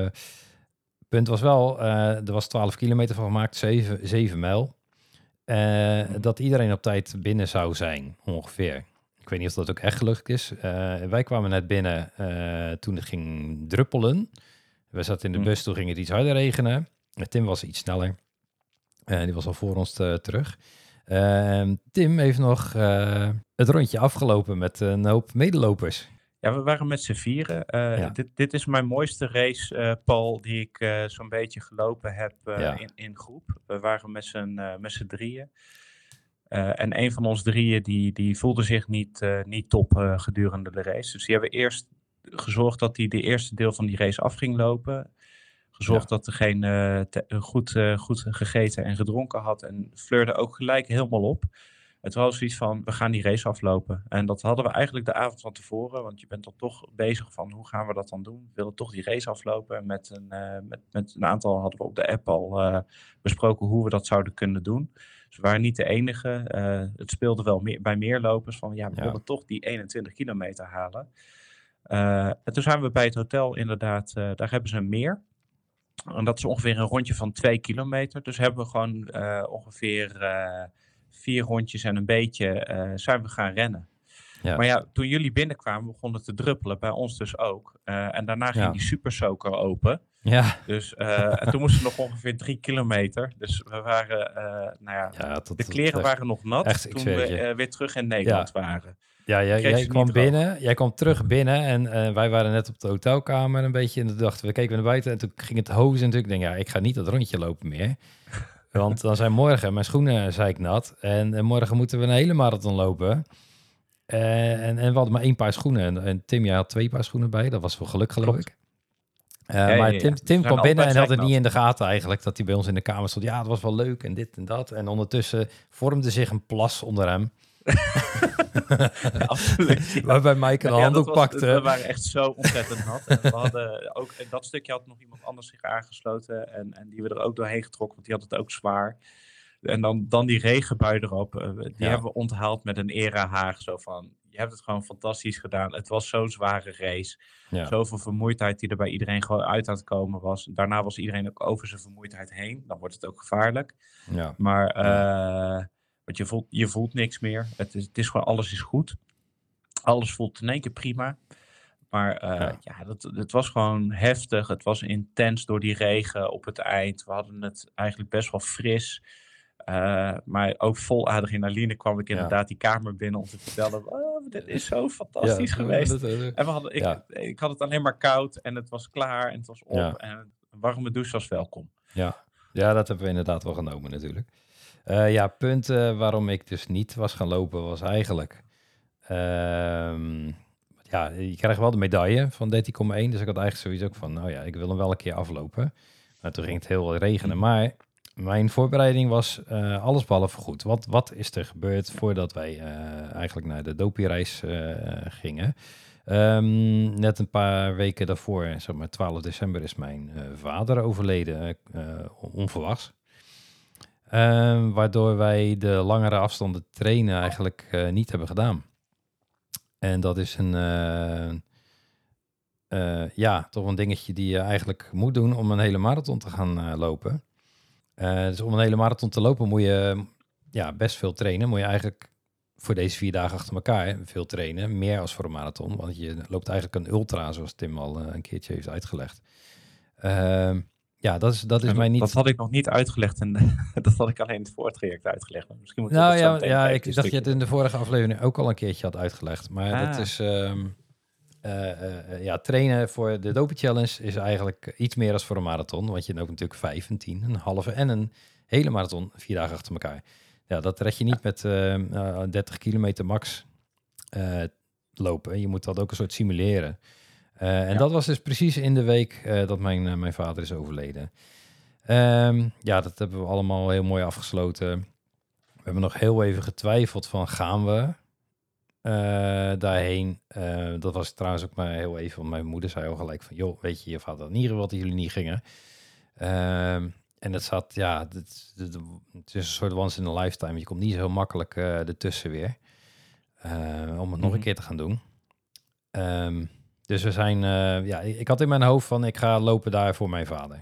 Punt was wel, er was 12 kilometer van gemaakt, 7 mijl. Mhm. Dat iedereen op tijd binnen zou zijn, ongeveer. Ik weet niet of dat ook echt gelukt is. Wij kwamen net binnen toen het ging druppelen. We zaten in de Mhm. bus, toen ging het iets harder regenen. Tim was iets sneller. Die was al voor ons terug. Tim heeft nog het rondje afgelopen met een hoop medelopers. Ja, we waren met z'n vieren. Ja, Dit is mijn mooiste race, Paul, die ik zo'n beetje gelopen heb ja, in groep. We waren met z'n drieën. En een van ons drieën die voelde zich niet top gedurende de race. Dus die hebben eerst gezorgd dat hij de eerste deel van die race af ging lopen. ja, Gezorgd dat degene goed gegeten en gedronken had. En fleurde ook gelijk helemaal op. Het was zoiets van, we gaan die race aflopen. En dat hadden we eigenlijk de avond van tevoren. Want je bent dan toch bezig van, hoe gaan we dat dan doen? We willen toch die race aflopen. En met een aantal hadden we op de app al besproken hoe we dat zouden kunnen doen. Dus we waren niet de enige. Het speelde wel bij meer lopers van, ja, we ja, willen toch die 21 kilometer halen. En toen zijn we bij het hotel inderdaad, daar hebben ze een meer. En dat is ongeveer een rondje van 2 kilometer. Dus hebben we gewoon ongeveer 4 rondjes en een beetje zijn we gaan rennen. ja, Maar ja, toen jullie binnenkwamen begon het te druppelen, bij ons dus ook. En daarna ging ja, die Super Soaker open. ja, Dus en toen moesten we nog ongeveer 3 kilometer. Dus we waren, nou ja, ja, de kleren waren nog nat echt, ik toen zweer we het je. weer terug in Ja, Nederland waren. ja, Ik kreeg jij ze niet kwam droog. binnen, jij kwam terug binnen en wij waren net op de hotelkamer een beetje. En toen dachten we, keken we naar buiten en toen ging het hozen. En toen ik denk, ja, ik ga niet dat rondje lopen meer. Want dan zijn morgen mijn schoenen zeiknat. En morgen moeten we een hele marathon lopen. En we hadden maar 1 paar schoenen. En Tim, jij had 2 paar schoenen bij. Dat was wel geluk, geloof Klopt. ik. Ja, ja, Maar ja. Dus Tim we zijn kwam binnen allebei en had het niet zeiknat. in de gaten eigenlijk. Dat hij bij ons in de kamer stond. Ja, het was wel leuk en dit en dat. En ondertussen vormde zich een plas onder hem. Absoluut, ja. Waarbij Mike een Nee, ja, handdoek we pakte. waren echt zo ontzettend nat. En we hadden ook, in dat stukje had nog iemand anders zich aangesloten. En die we er ook doorheen getrokken, want die had het ook zwaar. En dan die regenbui erop. Die Ja, hebben we onthaald met een era-haag. Zo van, je hebt het gewoon fantastisch gedaan. Het was zo'n zware race. ja, Zoveel vermoeidheid die er bij iedereen gewoon uit aan het komen was. Daarna was iedereen ook over zijn vermoeidheid heen. Dan wordt het ook gevaarlijk. ja, Maar ja, want je voelt niks meer. Het is gewoon, alles is goed. Alles voelt in één keer prima. Maar ja, ja, het was gewoon heftig. Het was intens door die regen op het eind. We hadden het eigenlijk best wel fris. Maar ook vol adrenaline kwam ik ja. inderdaad die kamer binnen om te vertellen: "Oh, dit is zo Ja, fantastisch geweest." dat, En ja, ik had het alleen maar koud en het was klaar en het was op. ja, En een warme douche was welkom. ja. Ja, dat hebben we inderdaad wel genomen natuurlijk. Ja, punt waarom ik dus niet was gaan lopen was eigenlijk... ehm, ja, je krijgt wel de medaille van 13,1. Dus ik had eigenlijk zoiets ook van, nou ja, ik wil hem wel een keer aflopen. Maar toen ging het heel regenen. Mhm. Maar mijn voorbereiding was alles behalve goed. Wat is er gebeurd voordat wij eigenlijk naar de dopiereis gingen? Net een paar weken daarvoor, zeg maar 12 december, is mijn vader overleden, onverwachts. Waardoor wij de langere afstanden trainen eigenlijk niet hebben gedaan. En dat is ja, toch een dingetje die je eigenlijk moet doen om een hele marathon te gaan lopen. Dus om een hele marathon te lopen moet je ja, best veel trainen. Moet je eigenlijk voor deze 4 dagen achter elkaar veel trainen. Meer als voor een marathon. Want je loopt eigenlijk een ultra, zoals Tim al een keertje heeft uitgelegd. Ehm, Ja, dat is En mij dat niet... had ik nog niet uitgelegd en dat had ik alleen in het voortraject uitgelegd. Maar misschien moeten we Nou dat zo ja, meteen nog ja, even ik dacht je het in de doen. vorige aflevering ook al een keertje had uitgelegd. Maar dat Ah, is... ja, trainen voor de Doping Challenge is eigenlijk iets meer als voor een marathon. Want je loopt natuurlijk 5, een 10, een halve en een hele marathon 4 dagen achter elkaar. Ja, dat red je niet met 30 kilometer max lopen. Je moet dat ook een soort simuleren. En ja. dat was dus precies in de week dat mijn vader is overleden. Ja, dat hebben we allemaal heel mooi afgesloten. We hebben nog heel even getwijfeld van gaan we daarheen. Dat was trouwens ook maar heel even, want mijn moeder zei al gelijk van joh, weet je vader en nieren wat jullie niet gingen. En het zat, ja, het is een soort once in a lifetime. Je komt niet zo makkelijk ertussen weer om het nog een keer te gaan doen. Dus we zijn, ja, ik had in mijn hoofd van ik ga lopen daar voor mijn vader.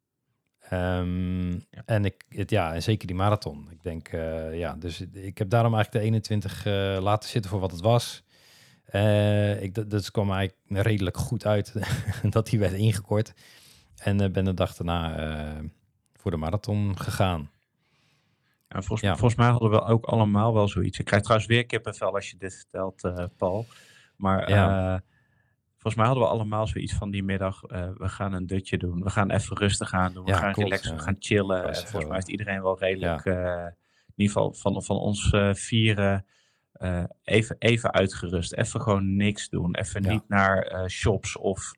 Ja. En en zeker die marathon. Ik denk, ja, dus ik heb daarom eigenlijk de 21 laten zitten voor wat het was. Dat kwam eigenlijk redelijk goed uit dat die werd ingekort. En ben de dag daarna voor de marathon gegaan. En volgens mij hadden we ook allemaal wel zoiets. Ik krijg trouwens weer kippenvel als je dit vertelt, Paul. Maar Ja, volgens mij hadden we allemaal zoiets van die middag. We gaan een dutje doen. We gaan even rustig aan doen. We ja, gaan klopt. relaxen. Ja. We gaan chillen. Dat En was volgens heel- mij heeft iedereen wel redelijk, ja, in ieder geval van ons vieren, even uitgerust. Even gewoon niks doen. Even ja, niet naar shops of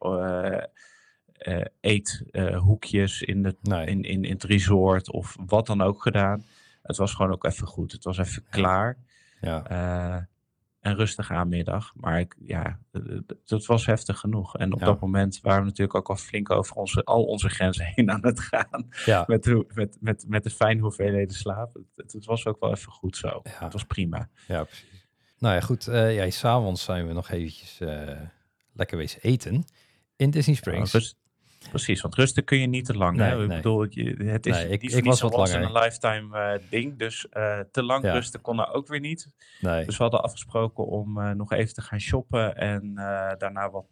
eethoekjes nee, in het resort of wat dan ook gedaan. Het was gewoon ook even goed. Het was even ja, klaar. ja, En rustig aanmiddag. Maar het was heftig genoeg. En op ja, dat moment waren we natuurlijk ook al flink over al onze grenzen heen aan het gaan. ja, Met de fijne hoeveelheden slaap. Het was ook wel even goed zo. ja, Het was prima. ja, precies. Nou ja, goed. Ja, s'avonds zijn we nog eventjes lekker wezen eten in Disney Ja, Springs. precies, want rusten kun je niet te lang. Nee, Hè? Ik nee, bedoel, het is nee. niet Ik voor niets was een wat once in langer. a lifetime ding. Dus te lang Ja, rusten kon nou ook weer niet. nee. Dus we hadden afgesproken om nog even te gaan shoppen. En daarna wat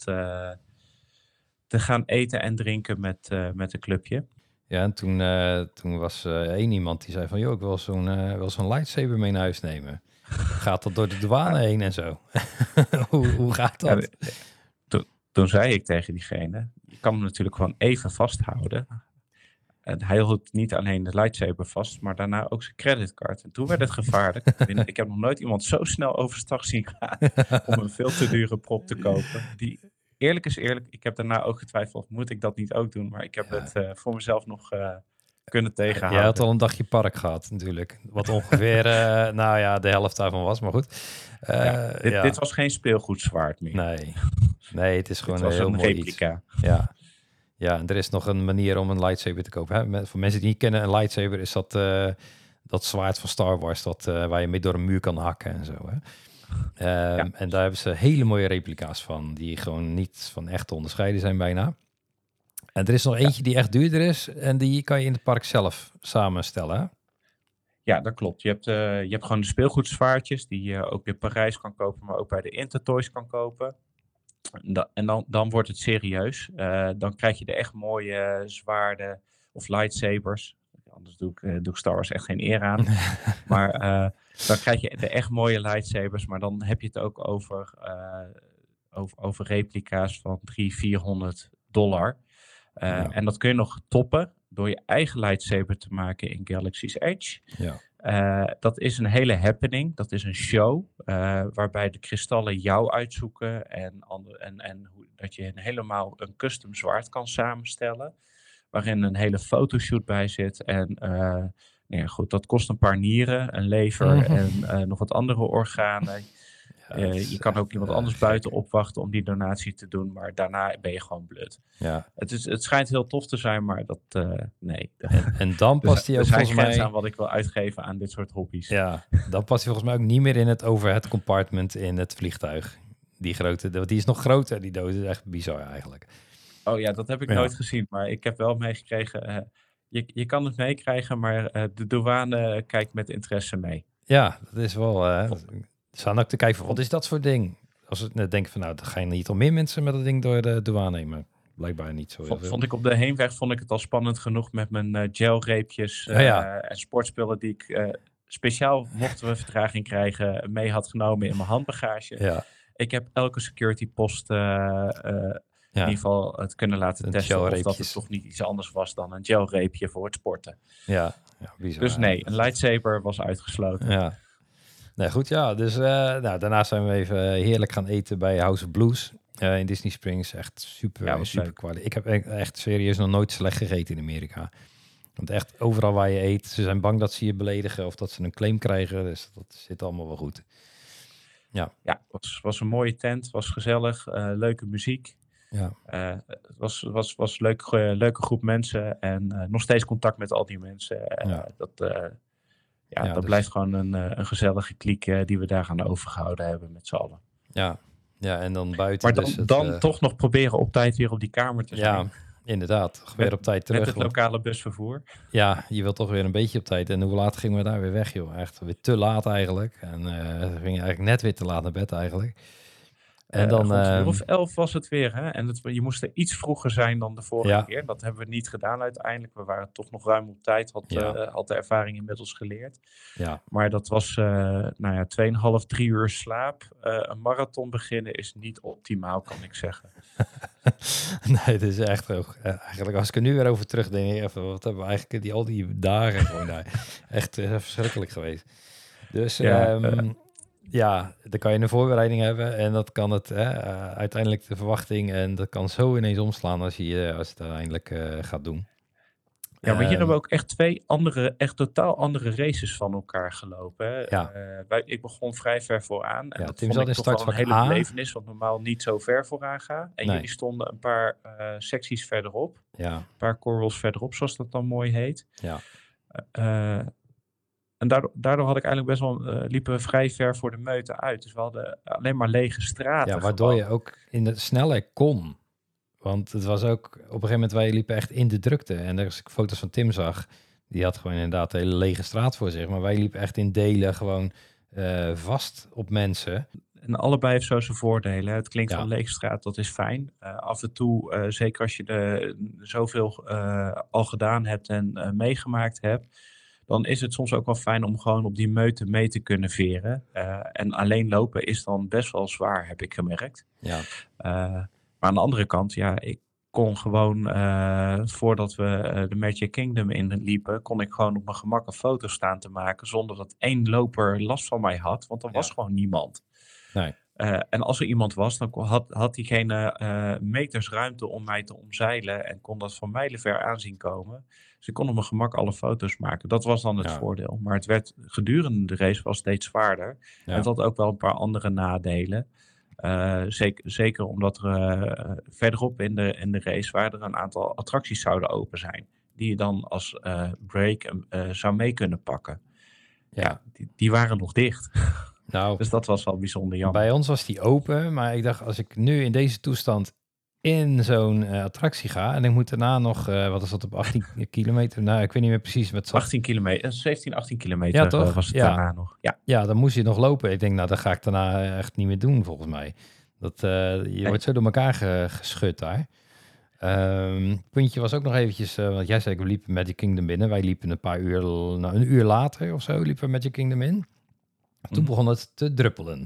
te gaan eten en drinken met een clubje. Ja, en toen was één iemand die zei van... joh, ik wil zo'n lightsaber mee naar huis nemen. Gaat dat door de douane heen en zo? Hoe gaat Ja, dat? toen zei ik tegen diegene, je kan hem natuurlijk gewoon even vasthouden. En hij hield niet alleen de lightsaber vast, maar daarna ook zijn creditcard. En toen werd het gevaarlijk. Ik heb nog nooit iemand zo snel overstag zien gaan om een veel te dure prop te kopen. Die, eerlijk is eerlijk, ik heb daarna ook getwijfeld, moet ik dat niet ook doen? Maar ik heb Ja. het voor mezelf nog kunnen Jij had tegenhouden. al een dagje park gehad natuurlijk. Wat ongeveer, nou ja, de helft daarvan was. Maar goed. Dit was geen speelgoedzwaard meer. Nee, het is Dit gewoon een was heel een mooi replica. iets. Ja. Ja, en er is nog een manier om een lightsaber te kopen. Hè? Voor mensen die niet kennen, een lightsaber is dat zwaard van Star Wars... waar je mee door een muur kan hakken en zo. Hè? En daar hebben ze hele mooie replica's van... die gewoon niet van echt te onderscheiden zijn bijna. En er is nog eentje die echt duurder is... en die kan je in het park zelf samenstellen. Hè? Ja, dat klopt. Je hebt gewoon de speelgoedzwaardjes die je ook in Parijs kan kopen, maar ook bij de Intertoys kan kopen. En dan wordt het serieus. Dan krijg je de echt mooie zwaarden of lightsabers. Anders doe ik Star Wars echt geen eer aan. Maar dan krijg je de echt mooie lightsabers. Maar dan heb je het ook over replica's van $300-400. Ja. En dat kun je nog toppen door je eigen lightsaber te maken in Galaxy's Edge. Ja. Dat is een hele happening. Dat is een show waarbij de kristallen jou uitzoeken en dat je helemaal een custom zwaard kan samenstellen. Waarin een hele fotoshoot bij zit. En nou ja, goed, dat kost een paar nieren, een lever en nog wat andere organen. Je kan ook iemand anders buiten opwachten om die donatie te doen, maar daarna ben je gewoon blut. Ja. Het schijnt heel tof te zijn, maar nee. En dan past hij ook er zijn volgens mij... grenzen aan wat ik wil uitgeven aan dit soort hobby's. Ja, dan past hij volgens mij ook niet meer in het overhead compartment in het vliegtuig. Die grote, die is nog groter, die doos is echt bizar eigenlijk. Oh ja, dat heb ik nooit gezien, maar ik heb wel meegekregen. Je kan het meekrijgen, maar de douane kijkt met interesse mee. Ja, dat is wel... Ze staan ook te kijken van, wat is dat voor ding? Als we net denken van, nou, dan ga je niet al meer mensen met dat ding door de douane nemen. blijkbaar niet zo heel veel. Vond ik op de heenweg het al spannend genoeg met mijn gelreepjes Ja. en sportspullen die ik speciaal, mochten we vertraging krijgen, mee had genomen in mijn handbagage. Ja, Ik heb elke security post in ieder geval het kunnen laten Een testen of dat het gelreepjes. toch niet iets anders was dan een gelreepje voor het sporten. ja, bizar. Dus nee, een lightsaber was uitgesloten. Ja. Nee, goed, ja. Dus daarna zijn we even heerlijk gaan eten bij House of Blues in Disney Springs. Echt super, Ja, was super leuk. kwaliteit. Ik heb echt serieus nog nooit slecht gegeten in Amerika. Want echt overal waar je eet, ze zijn bang dat ze je beledigen of dat ze een claim krijgen. Dus dat zit allemaal wel goed. Ja, het was een mooie tent, was gezellig, leuke muziek. Ja, Het was leuke groep mensen en nog steeds contact met al die mensen. Ja. Dat dus- blijft gewoon een gezellige kliek die we daar aan overgehouden hebben met z'n allen. ja, en dan buiten. Maar dus dan toch nog proberen op tijd weer op die kamer te zijn. Ja, inderdaad. Weer op tijd terug. Met het lokale busvervoer. Ja, je wilt toch weer een beetje op tijd. En hoe laat gingen we daar weer weg, joh? Echt weer te laat eigenlijk. En we gingen eigenlijk net weer te laat naar bed eigenlijk. En dan... Rond een uur of 11 was het weer. Hè? En je moest er iets vroeger zijn dan de vorige keer. Dat hebben we niet gedaan uiteindelijk. We waren toch nog ruim op tijd. Had de ervaring inmiddels geleerd. Ja. Maar dat was 2,5, 3 uur slaap. Een marathon beginnen is niet optimaal, kan ik zeggen. Nee, het is echt ook... eigenlijk als ik er nu weer over terugdenk... Even, wat hebben we eigenlijk al die dagen gewoon daar... Echt verschrikkelijk geweest. Dus... Ja, dan kan je een voorbereiding hebben en dat kan het uiteindelijk de verwachting en dat kan zo ineens omslaan als je het uiteindelijk gaat doen. Ja, maar hier hebben we ook echt echt totaal andere races van elkaar gelopen. Hè? Ja. Ik begon vrij ver vooraan. En dat Tim vond zat ik in toch wel een startvak hele A. belevenis, wat normaal niet zo ver vooraan ga. En Nee. jullie stonden een paar secties verderop. Ja. Een paar corals verderop, zoals dat dan mooi heet. Ja. En daardoor had ik eigenlijk best wel, liepen we vrij ver voor de meute uit. Dus we hadden alleen maar lege straten. Ja, waardoor je ook in de snelheid kon. Want het was ook, op een gegeven moment, wij liepen echt in de drukte. En als ik foto's van Tim zag, die had gewoon inderdaad een hele lege straat voor zich. Maar wij liepen echt in delen gewoon vast op mensen. En allebei heeft zo zijn voordelen. Het klinkt van leegstraat, dat is fijn. Af en toe, zeker als je zoveel al gedaan hebt en meegemaakt hebt, dan is het soms ook wel fijn om gewoon op die meute mee te kunnen veren. En alleen lopen is dan best wel zwaar, heb ik gemerkt. Ja. Maar aan de andere kant, ja, ik kon gewoon, voordat we de Magic Kingdom inliepen, kon ik gewoon op mijn gemak een foto staan te maken zonder dat één loper last van mij had, want er was gewoon niemand. Nee. En als er iemand was, dan had diegene meters ruimte om mij te omzeilen en kon dat van mijlenver aanzien komen. Dus ik kon op mijn gemak alle foto's maken. Dat was dan het voordeel. Maar het werd gedurende de race wel steeds zwaarder. Ja. En het had ook wel een paar andere nadelen. Zeker omdat er verderop in de race waren er een aantal attracties zouden open zijn. Die je dan als break zou mee kunnen pakken. Ja, die waren nog dicht. Nou, dus dat was wel bijzonder jammer. Bij ons was die open, maar ik dacht als ik nu in deze toestand in zo'n attractie ga en ik moet daarna nog, wat is dat op 18 kilometer? Nou, ik weet niet meer precies. Met 18 kilometer, 17, 18 kilometer was het daarna nog. Ja, dan moest je nog lopen. Ik denk, nou, dat ga ik daarna echt niet meer doen, volgens mij. Je wordt zo door elkaar geschud daar. Puntje was ook nog eventjes, want jij zei, we liepen Magic Kingdom binnen. Wij liepen een uur later of zo, liepen we Magic Kingdom in. Toen begon het te druppelen.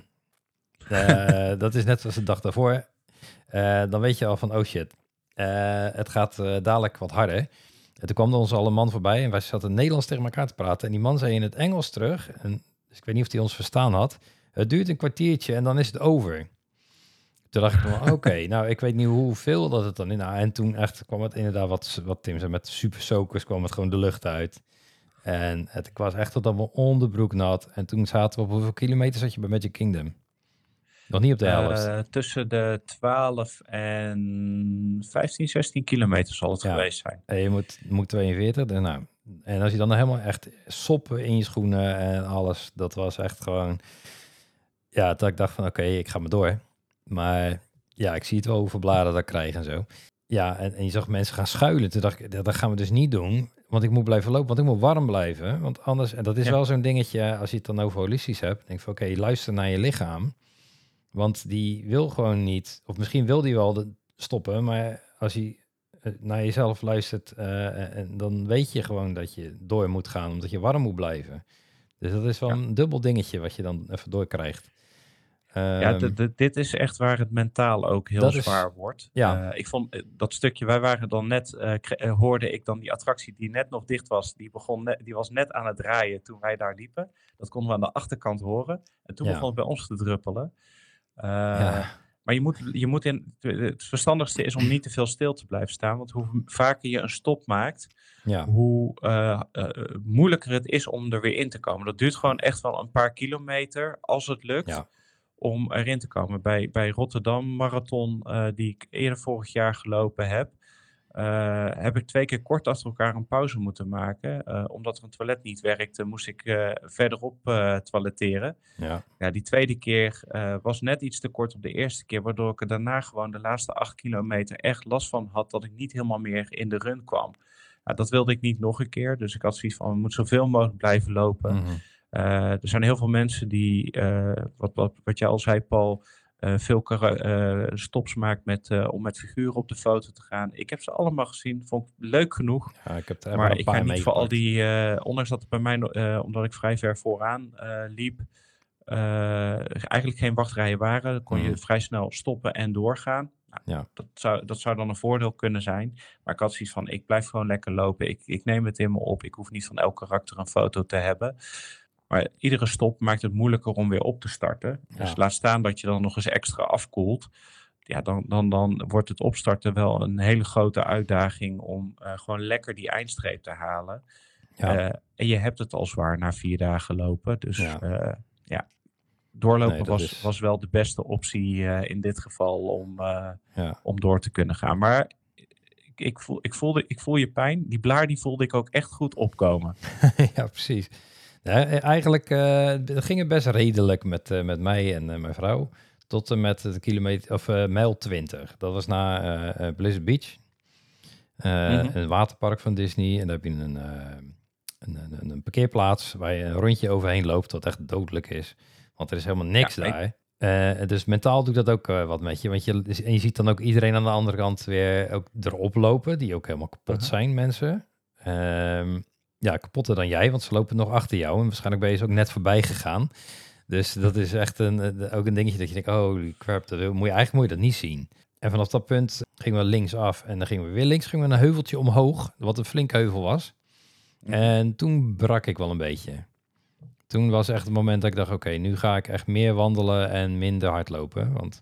Dat is net zoals de dag daarvoor. Dan weet je al van, oh shit, het gaat dadelijk wat harder. En toen kwam er ons al een man voorbij en wij zaten Nederlands tegen elkaar te praten. En die man zei in het Engels terug, dus ik weet niet of hij ons verstaan had. Het duurt een kwartiertje en dan is het over. Toen dacht ik van, oké, nou ik weet niet hoeveel dat het dan in. En toen echt kwam het inderdaad, wat Tim zei, met super soakers kwam het gewoon de lucht uit. En ik was echt tot aan mijn onderbroek nat. En toen zaten we op hoeveel kilometer zat je bij Magic Kingdom? Nog niet op de helft. Tussen de 12 en 15, 16 kilometer zal het geweest zijn. En je moet 42. En als je dan helemaal echt soppen in je schoenen en alles. Dat was echt gewoon... Ja, dat ik dacht van oké, ik ga maar door. Maar ja, ik zie het wel hoeveel bladen dat ik krijg en zo. Ja, en je zag mensen gaan schuilen. Toen dacht ik, dat gaan we dus niet doen. Want ik moet blijven lopen, want ik moet warm blijven. Want anders, en dat is wel zo'n dingetje, als je het dan over holistisch hebt. Denk van oké, luister naar je lichaam. Want die wil gewoon niet, of misschien wil die wel stoppen. Maar als je naar jezelf luistert, en dan weet je gewoon dat je door moet gaan, omdat je warm moet blijven. Dus dat is wel Ja. een dubbel dingetje wat je dan even doorkrijgt. Ja, Ehm, dit is echt waar het mentaal ook heel dat is, zwaar wordt. ja, Ik vond dat stukje, wij waren dan net, hoorde ik dan die attractie die net nog dicht was, die was net aan het draaien toen wij daar liepen. Dat konden we aan de achterkant horen. En toen begon ja, het bij ons te druppelen. ja, Eh, maar het verstandigste is om niet te veel stil te blijven staan. Want hoe vaker je een stop maakt, ja, hoe moeilijker het is om er weer in te komen. Dat duurt gewoon echt wel een paar kilometer, als het lukt, ja, om erin te komen. Bij Rotterdam Marathon, die ik eerder vorig jaar gelopen heb ik 2 keer kort achter elkaar een pauze moeten maken. Omdat er een toilet niet werkte, moest ik verderop toiletteren. ja, Ja, die tweede keer was net iets te kort op de eerste keer, waardoor ik er daarna gewoon de laatste 8 kilometer echt last van had dat ik niet helemaal meer in de run kwam. Ja, dat wilde ik niet nog een keer, dus ik had zoiets van, we moeten zoveel mogelijk blijven lopen. mhm, Er zijn heel veel mensen die, wat jij al zei, Paul, veel stops maakt om met figuren op de foto te gaan. Ik heb ze allemaal gezien, vond ik leuk genoeg. ja, ik heb er maar Maar een ik ga paar niet voor al meegepakt. die, ondanks dat het bij mij, omdat ik vrij ver vooraan liep, eigenlijk geen wachtrijen waren. Dan kon je Mhm, vrij snel stoppen en doorgaan. Nou, ja, dat zou dan een voordeel kunnen zijn. Maar ik had zoiets van, ik blijf gewoon lekker lopen. Ik neem het in me op. Ik hoef niet van elk karakter een foto te hebben. Maar iedere stop maakt het moeilijker om weer op te starten. Dus ja, laat staan dat je dan nog eens extra afkoelt. Ja, dan wordt het opstarten wel een hele grote uitdaging om gewoon lekker die eindstreep te halen. ja, En je hebt het al zwaar na 4 dagen lopen. Dus ja. ja, Nee, doorlopen dat is, was wel de beste optie in dit geval ja. om door te kunnen gaan. Maar ik voel je pijn. Die blaar die voelde ik ook echt goed opkomen. Ja, precies. Ja, eigenlijk ging het best redelijk met mij en mijn vrouw. Tot en met de kilometer of mijl 20. Dat was na Blizzard Beach. Mhm. Een waterpark van Disney. En daar heb je een parkeerplaats waar je een rondje overheen loopt, wat echt dodelijk is. Want er is helemaal Ja, niks daar. Dus mentaal doet dat ook wat met je. Want en je ziet dan ook iedereen aan de andere kant weer ook erop lopen, die ook helemaal kapot uh-huh. zijn, mensen. Ehm, ja, kapotter dan jij, want ze lopen nog achter jou. En waarschijnlijk ben je ze ook net voorbij gegaan. Dus dat is echt ook een dingetje dat je denkt, holy crap, eigenlijk moet je dat niet zien. En vanaf dat punt gingen we linksaf en dan gingen we weer links, gingen we een heuveltje omhoog, wat een flink heuvel was. Mhm. En toen brak ik wel een beetje. Toen was echt het moment dat ik dacht, oké, nu ga ik echt meer wandelen en minder hardlopen. Want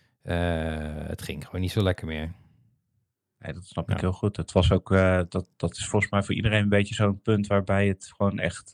het ging gewoon niet zo lekker meer. Nee, dat snap ik Ja, heel goed. Het was ook, dat is volgens mij voor iedereen een beetje zo'n punt waarbij het gewoon echt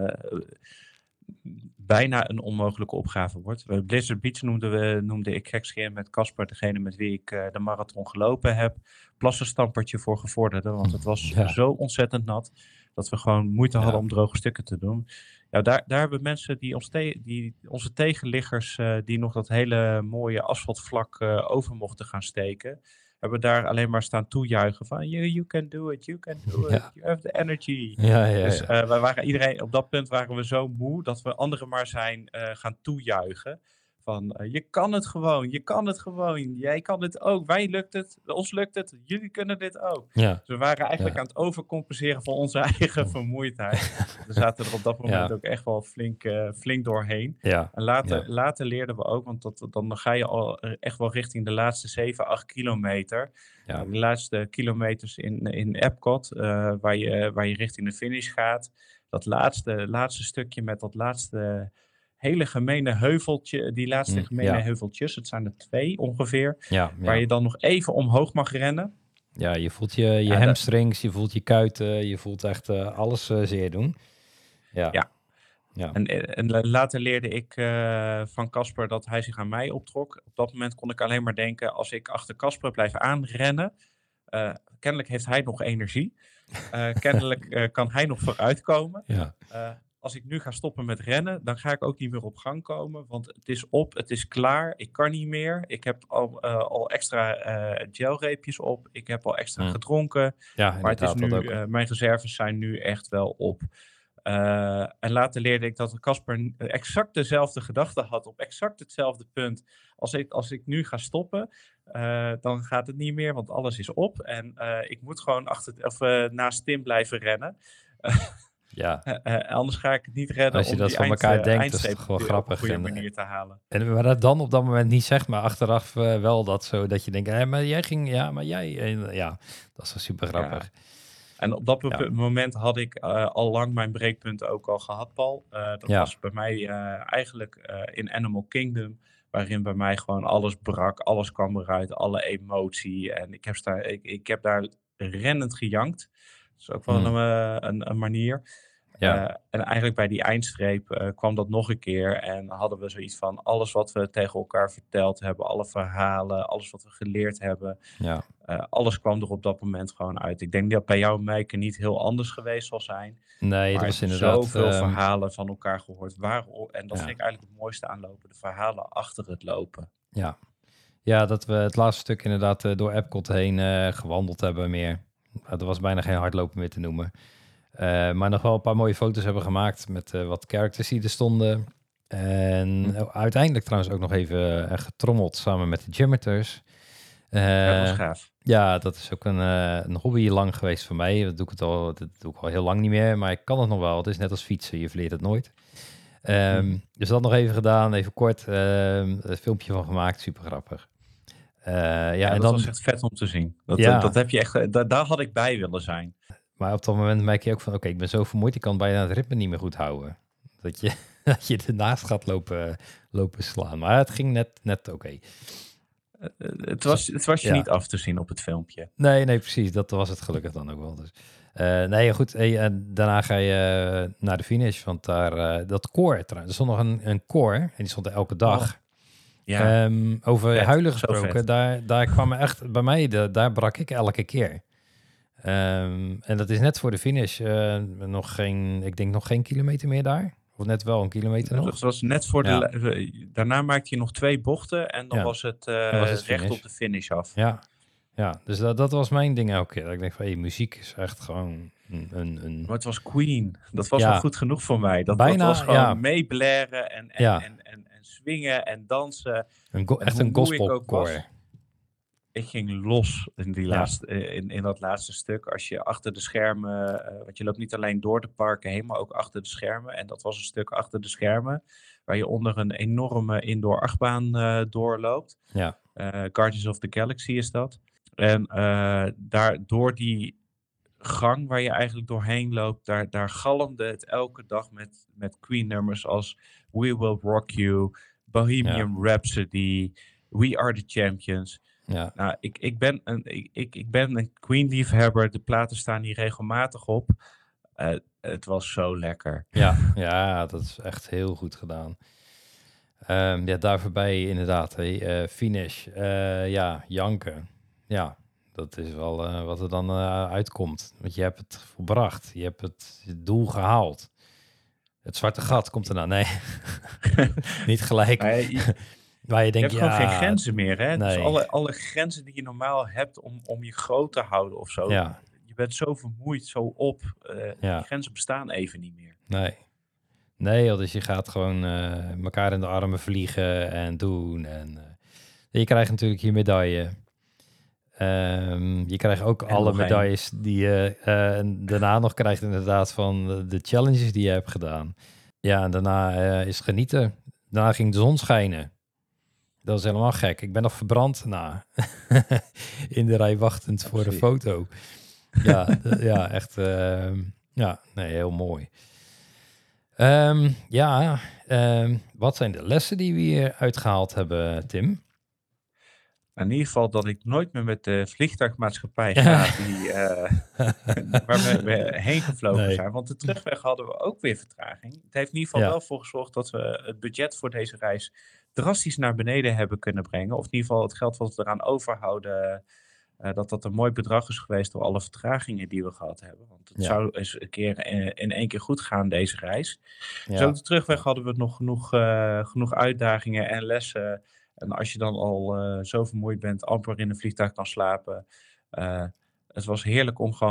bijna een onmogelijke opgave wordt. Blizzard Beach noemde ik gekscherend met Casper, degene met wie ik de marathon gelopen heb, plassenstampertje voor gevorderden, want het was ja, zo ontzettend nat dat we gewoon moeite hadden ja, om droge stukken te doen. Ja, daar hebben mensen die onze tegenliggers, die nog dat hele mooie asfaltvlak over mochten gaan steken, hebben daar alleen maar staan toejuichen van you can do it, you can do it, ja, you have the energy. ja, ja, Dus ja. op dat punt waren we zo moe dat we anderen maar zijn gaan toejuichen. Van je kan het gewoon, je kan het gewoon, jij kan het ook, wij lukt het, ons lukt het, jullie kunnen dit ook. Ja, Dus we waren eigenlijk ja, aan het overcompenseren voor onze eigen vermoeidheid. We zaten er op dat moment ja, ook echt wel flink doorheen. ja, En ja, later leerden we ook, want dan ga je al echt wel richting de laatste 7, 8 kilometer. ja, De laatste kilometers in Epcot, waar je richting de finish gaat. Dat laatste stukje met dat laatste hele gemene heuveltje, die laatste gemene ja, heuveltjes, het zijn er 2 ongeveer, ja, waar ja. je dan nog even omhoog mag rennen. Ja, je voelt je Ja, hamstrings, je voelt je kuiten, je voelt echt alles zeer doen. Ja, ja. ja, En later leerde ik van Casper dat hij zich aan mij optrok. Op dat moment kon ik alleen maar denken, als ik achter Casper blijf aanrennen, kennelijk heeft hij nog energie. Kennelijk kan hij nog vooruitkomen. ja, Als ik nu ga stoppen met rennen, dan ga ik ook niet meer op gang komen. Want het is op, het is klaar, ik kan niet meer. Ik heb al extra gelreepjes op, ik heb al extra hm. gedronken. Ja, Maar het is inderdaad, dat nu, ook. mijn reserves zijn nu echt wel op. En later leerde ik dat Casper exact dezelfde gedachte had op exact hetzelfde punt. Als ik nu ga stoppen, dan gaat het niet meer, want alles is op. En ik moet gewoon naast Tim blijven rennen. Ja, Anders ga ik het niet redden als je om dat die van elkaar denkt, is het eindstreep gewoon op een grappig. goede manier te halen. Maar dat dan op dat moment niet zegt, maar achteraf wel dat je denkt, maar jij ging, ja, maar jij. En, ja, dat is wel super Ja. grappig. En op dat Ja, moment had ik al lang mijn breekpunt ook al gehad, Paul. Dat ja, was bij mij eigenlijk in Animal Kingdom, waarin bij mij gewoon alles brak, alles kwam eruit, alle emotie. En ik heb daar rennend gejankt. Dat is ook wel hm, een manier. ja, En eigenlijk bij die eindstreep kwam dat nog een keer en hadden we zoiets van alles wat we tegen elkaar verteld hebben, alle verhalen, alles wat we geleerd hebben, ja. alles kwam er op dat moment gewoon uit. Ik denk dat bij jou en Mijke niet heel anders geweest zal zijn. Nee, dat Maar was inderdaad, zoveel verhalen van elkaar gehoord. En dat vind ja, ik eigenlijk het mooiste aan lopen. De verhalen achter het lopen. ja. Ja, dat we het laatste stuk inderdaad door Epcot heen gewandeld hebben meer. Er was bijna geen hardlopen meer te noemen. Maar nog wel een paar mooie foto's hebben gemaakt met wat characters die er stonden. En Hm. uiteindelijk trouwens ook nog even getrommeld samen met de Gymmeters. Ja, dat was Eh, gaaf. ja, dat is ook een hobby lang geweest voor mij. Dat doe ik al heel lang niet meer, maar ik kan het nog wel. Het is net als fietsen, je verleert het nooit. Mhm. Dus dat nog even gedaan, even kort een filmpje van gemaakt, super grappig. Ja, Ja, en dat was dan, echt vet om te zien. Dat ja, heb je echt, daar had ik bij willen zijn. maar op dat moment merk je ook van, oké, ik ben zo vermoeid, ik kan bijna het ritme niet meer goed houden. Dat je, dat je ernaast gaat lopen slaan. Maar het ging net oké. Het was je Ja, niet af te zien op het filmpje. nee, precies. Dat was het gelukkig dan ook wel. Dus. Nee, goed. Hey, en daarna ga je naar de finish, want daar, dat koor trouwens, er stond nog een koor en die stond er elke Oh, dag. ja, Over vet. huilen Zo gesproken, vet. daar kwam echt, bij mij, daar brak ik elke keer. En dat is net voor de finish. Ik denk nog geen kilometer meer daar. Of net wel een kilometer Dat nog. was net voor Ja, daarna maakte je nog 2 bochten en dan ja. was het En was het recht finish. op de finish af. Ja, ja. Dus dat was mijn ding elke keer. Dat ik denk van, hey, muziek is echt gewoon Maar het was Queen. Dat was al ja, goed genoeg voor mij. Dat was bijna, gewoon ja, meeblaren ja. en swingen en dansen. En Echt hoe een moe ik ook gospelkoor. was, ik ging los in Ja, in dat laatste stuk. Als je achter de schermen, want je loopt niet alleen door de parken heen, maar ook achter de schermen. En dat was een stuk achter de schermen, waar je onder een enorme indoor achtbaan doorloopt. ja, Guardians of the Galaxy is dat. En daar door die gang waar je eigenlijk doorheen loopt, daar galmde het elke dag met Queen-nummers als We Will Rock You, ja, Bohemian Rhapsody, We Are the Champions. ja, Nou, ik ben een Queen-liefhebber. De platen staan hier regelmatig op. Het was zo lekker. ja, dat is echt heel goed gedaan. Ja, daar voorbij inderdaad. Hey, finish. Ja, janken. Ja, dat is wel wat er dan uitkomt. Want je hebt het volbracht. Je hebt het doel gehaald. Het zwarte Ja. gat komt erna. Nee, niet gelijk. Maar je Waar je je denkt, hebt gewoon geen ja, grenzen meer, hè? Dus nee. alle grenzen die je normaal hebt om je groot te houden of zo. Ja, Je bent zo vermoeid, zo op. Die ja, grenzen bestaan even niet meer. nee. Nee, joh, dus je gaat gewoon elkaar in de armen vliegen en doen. En je krijgt natuurlijk je medaille. Je krijgt ook En alle nog één. medailles die je daarna nog krijgt inderdaad van de challenges die je hebt gedaan. Ja, en daarna is genieten. Daarna ging de zon schijnen. Dat is helemaal gek. Ik ben nog verbrand in de rij wachtend voor de Absoluut. foto. Ja, ja echt. Ja, nee, heel mooi. Ja, wat zijn de lessen die we hier uitgehaald hebben, Tim? In ieder geval dat ik nooit meer met de vliegtuigmaatschappij ga waar we heen gevlogen Nee, zijn. Want de terugweg hadden we ook weer vertraging. Het heeft in ieder geval ja, wel voor gezorgd dat we het budget voor deze reis drastisch naar beneden hebben kunnen brengen. Of in ieder geval het geld wat we eraan overhouden, dat een mooi bedrag is geweest door alle vertragingen die we gehad hebben. Want het ja, zou eens een keer in één keer goed gaan, deze reis. Dus ook ja, de terugweg ja, hadden we nog genoeg uitdagingen en lessen. En als je dan al zo vermoeid bent, amper in een vliegtuig kan slapen. Het was heerlijk om gewoon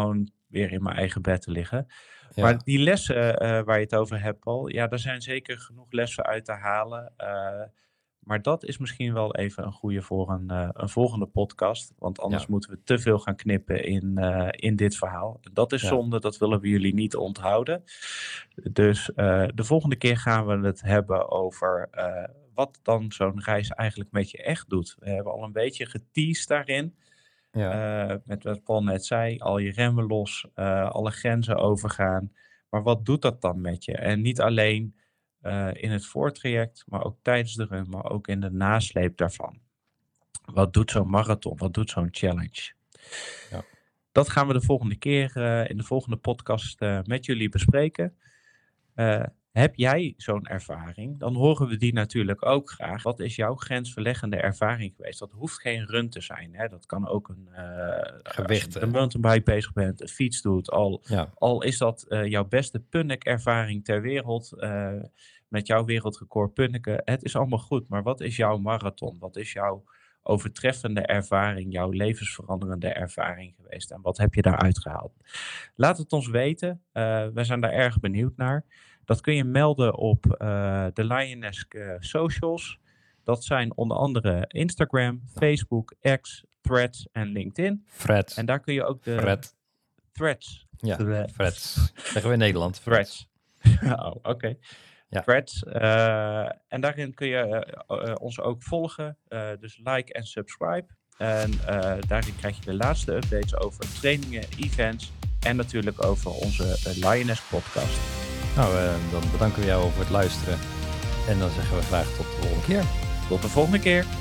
weer in mijn eigen bed te liggen. Ja. Maar die lessen waar je het over hebt, Paul, ja, daar zijn zeker genoeg lessen uit te halen. Maar dat is misschien wel even een goede voor een volgende podcast. Want anders moeten we te veel gaan knippen in dit verhaal. Dat is zonde, dat willen we jullie niet onthouden. Dus de volgende keer gaan we het hebben over wat dan zo'n reis eigenlijk met je echt doet. We hebben al een beetje geteased daarin. Ja. Met wat Paul net zei, al je remmen los, alle grenzen overgaan. Maar wat doet dat dan met je? En niet alleen in het voortraject, maar ook tijdens de run, maar ook in de nasleep daarvan. Wat doet zo'n marathon? Wat doet zo'n challenge? Ja. Dat gaan we de volgende keer in de volgende podcast met jullie bespreken. Heb jij zo'n ervaring? Dan horen we die natuurlijk ook graag. Wat is jouw grensverleggende ervaring geweest? Dat hoeft geen run te zijn. Hè? Dat kan ook als je een mountainbike bezig bent, een fiets doet. Al is dat jouw beste punnik-ervaring ter wereld. Met jouw wereldrecord punniken. Het is allemaal goed. Maar wat is jouw marathon? Wat is jouw overtreffende ervaring? Jouw levensveranderende ervaring geweest? En wat heb je daaruit gehaald? Laat het ons weten. Wij zijn daar erg benieuwd naar. Dat kun je melden op de Lionesk socials. Dat zijn onder andere Instagram, Facebook, X, Threads en LinkedIn. Threads. En daar kun je ook de... Threads. Ja, Threads. Zeggen we in Nederland. Threads. Oké. Ja. Threads. En daarin kun je ons ook volgen. Dus like en subscribe. En daarin krijg je de laatste updates over trainingen, events en natuurlijk over onze Lionesk podcast. Nou, dan bedanken we jou voor het luisteren. En dan zeggen we graag tot de volgende keer. Tot de volgende keer.